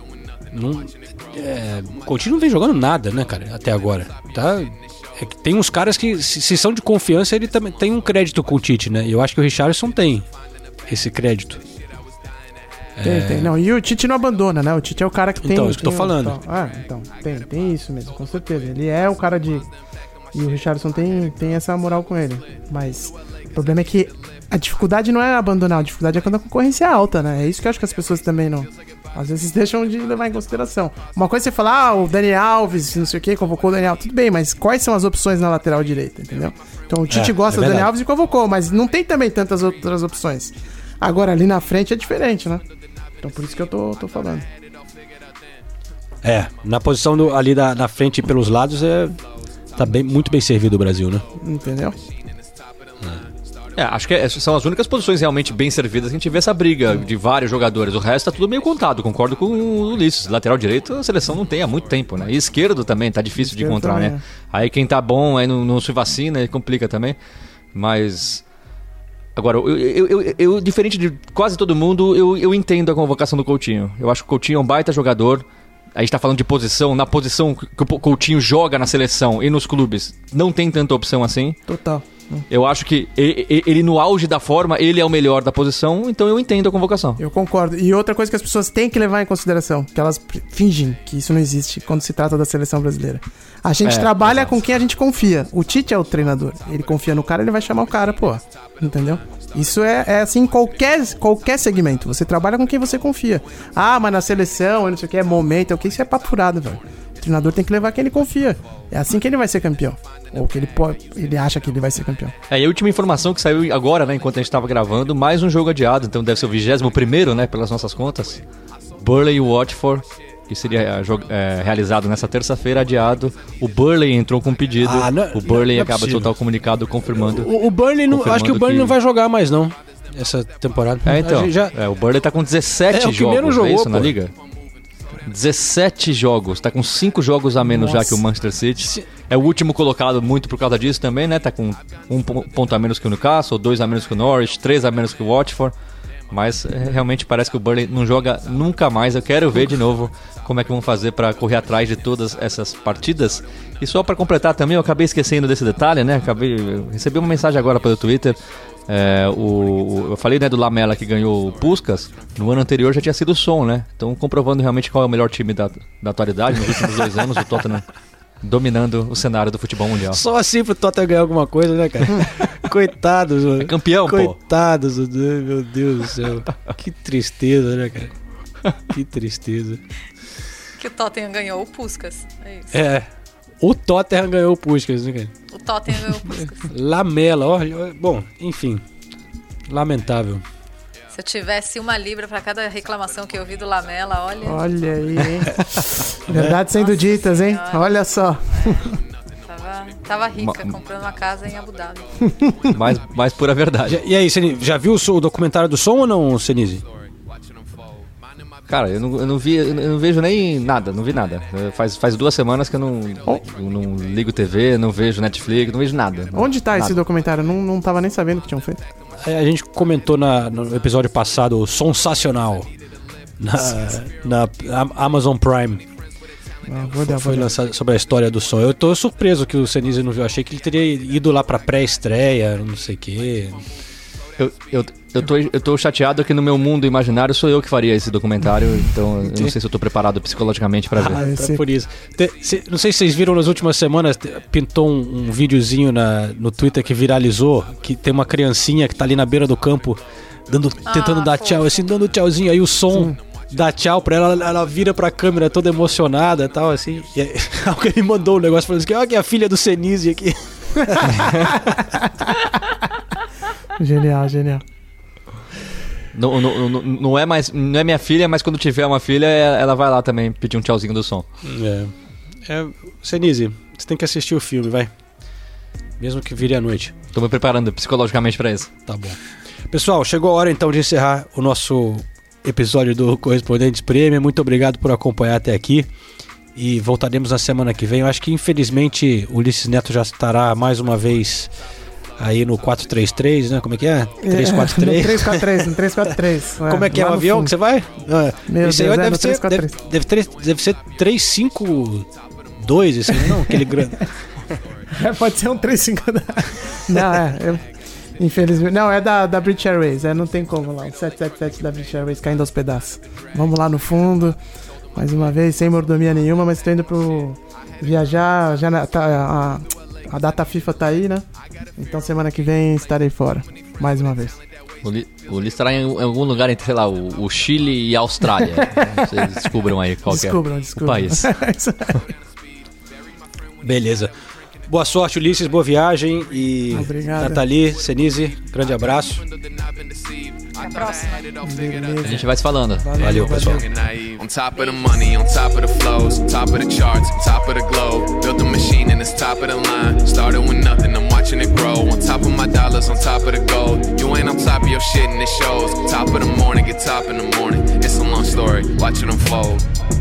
O Coutinho não vem jogando nada, né, cara, até agora. Tá? Tem uns caras que, se são de confiança, ele também tem um crédito com o Tite, né? E eu acho que o Richarlison tem esse crédito. Tem. Não, e o Tite não abandona, né? O Tite é o cara que tem... Então, isso que eu tô falando. Então, tem isso mesmo, com certeza. Ele é o cara de... E o Richarlison tem essa moral com ele. Mas o problema é que a dificuldade não é abandonar, a dificuldade é quando a concorrência é alta, né? É isso que eu acho que as pessoas também não... Às vezes deixam de levar em consideração. Uma coisa é você falar, o Dani Alves, não sei o que, convocou o Dani Alves. Tudo bem, mas quais são as opções na lateral direita, entendeu? Então o Tite gosta do Dani Alves e convocou, mas não tem também tantas outras opções. Agora, ali na frente é diferente, né? Então por isso que eu tô falando. Na posição ali na frente e pelos lados tá muito bem servido o Brasil, né? Entendeu? Acho que são as únicas posições realmente bem servidas que a gente vê essa briga de vários jogadores. O resto tá tudo meio contado, concordo com o Ulisses. Lateral direito a seleção não tem há muito tempo, né? E esquerdo também tá difícil de encontrar, né? Aí quem tá bom aí não se vacina e complica também. Mas... Agora, eu diferente de quase todo mundo, eu entendo a convocação do Coutinho. Eu acho que o Coutinho é um baita jogador. A gente tá falando de posição. Na posição que o Coutinho joga na seleção e nos clubes, não tem tanta opção assim. Total. Eu acho que ele no auge da forma, ele é o melhor da posição, então eu entendo a convocação. Eu concordo. E outra coisa que as pessoas têm que levar em consideração, que elas fingem que isso não existe quando se trata da seleção brasileira. A gente trabalha com quem a gente confia. O Tite é o treinador. Ele confia no cara, ele vai chamar o cara, pô. Entendeu? Isso é assim em qualquer segmento. Você trabalha com quem você confia. Ah, mas na seleção, não sei o que, é momento, isso é papo furado, velho. O treinador tem que levar quem ele confia. É assim que ele vai ser campeão. Ou que ele acha que ele vai ser campeão. E a última informação que saiu agora, né, enquanto a gente tava gravando, mais um jogo adiado, então deve ser o 21º, né, pelas nossas contas. Burnley e Watford, que seria realizado nessa terça-feira, adiado. O Burnley entrou com um pedido. O Burnley acaba de soltar o comunicado confirmando. O Burnley, acho que o Burnley não vai jogar mais, não, essa temporada. Então, o Burnley tá com 17 jogos, jogou, é isso, na Liga? 17 jogos, tá com 5 jogos a menos já que o Manchester City. É o último colocado muito por causa disso também, né? Tá com 1 ponto a menos que o Newcastle, 2 a menos que o Norwich, 3 a menos que o Watford. Mas realmente parece que o Burnley não joga nunca mais. Eu quero ver de novo como é que vão fazer para correr atrás de todas essas partidas. E só para completar também, eu acabei esquecendo desse detalhe, né? Recebi uma mensagem agora pelo Twitter. Eu falei, né, do Lamela que ganhou o Puskás. No ano anterior já tinha sido o Son, né? Então comprovando realmente qual é o melhor time da atualidade. Nos últimos 2 anos o Tottenham dominando o cenário do futebol mundial. Só assim pro Tottenham ganhar alguma coisa, né, cara? Coitados, mano. É campeão, Coitados, meu Deus do céu. Que tristeza, né, cara? Que tristeza. Que o Tottenham ganhou o Puskás. É isso. O Tottenham ganhou o Puskás, né, cara? O Tottenham ganhou o Puskás. Lamela, olha. Bom, enfim. Lamentável. Se eu tivesse 1 libra pra cada reclamação que eu vi do Lamela, olha. Olha aí, hein? Verdade sendo ditas, hein? Senhora. Olha só. Tava rica, comprando uma casa em Abu Dhabi. Mais pura verdade. E aí, Senise, já viu o documentário do Son ou não, Senise? Cara, eu não vejo nem nada, não vi nada. Faz 2 semanas que eu não ligo TV, não vejo Netflix, não vejo nada. Onde tá esse documentário? Não tava nem sabendo que tinham feito. A gente comentou no episódio passado o Sonsacional na Amazon Prime. Foi lançado sobre a história do Son. Eu tô surpreso que o Senise não viu. Achei que ele teria ido lá pra pré-estreia, não sei o quê. Eu tô chateado que no meu mundo imaginário sou eu que faria esse documentário, então eu não sei se eu tô preparado psicologicamente pra ver. É por isso. Não sei se vocês viram nas últimas semanas, pintou um videozinho no Twitter que viralizou, que tem uma criancinha que tá ali na beira do campo tentando dar tchau, assim, dando tchauzinho, aí o Son dá tchau pra ela vira pra câmera toda emocionada e tal, assim. E aí, alguém me mandou um negócio falando assim, olha que é a filha do Senise aqui. Genial. Não é minha filha, mas quando tiver uma filha, ela vai lá também pedir um tchauzinho do Son. Senise, você tem que assistir o filme, vai. Mesmo que vire à noite. Tô me preparando psicologicamente pra isso. Tá bom. Pessoal, chegou a hora então de encerrar o nosso episódio do Correspondentes Premier. Muito obrigado por acompanhar até aqui. E voltaremos na semana que vem. Eu acho que infelizmente o Ulisses Neto já estará mais uma vez aí no 433, né? Como é que é? 343? No 343. Como é que é o avião que você vai? Esse aí deve ser 352, esse aí, não? Aquele grande. Pode ser um 352. Não, infelizmente. Não, é da British Airways. Não tem como lá. Um 777 da British Airways caindo aos pedaços. Vamos lá no fundo. Mais uma vez, sem mordomia nenhuma, mas tô indo pro viajar. A data FIFA tá aí, né? Então semana que vem estarei fora. Mais uma vez. O Ulisses estará em algum lugar entre, sei lá, o Chile e a Austrália. Vocês descubram aí qual descubram. o país. Beleza. Boa sorte, Ulisses, boa viagem. E obrigado. Nathalie, Senise, grande abraço. Até a próxima. A gente vai se falando. Valeu, pessoal. On top of the money, on top of the flows, top of the charts, top of the globe. Built a machine and it's top of the line. Started with nothing, I'm watching it grow. On top of my dollars, on top of the gold. You ain't on top of your shit and it shows. Top of the morning, get top in the morning. It's a long story, watch it unfold.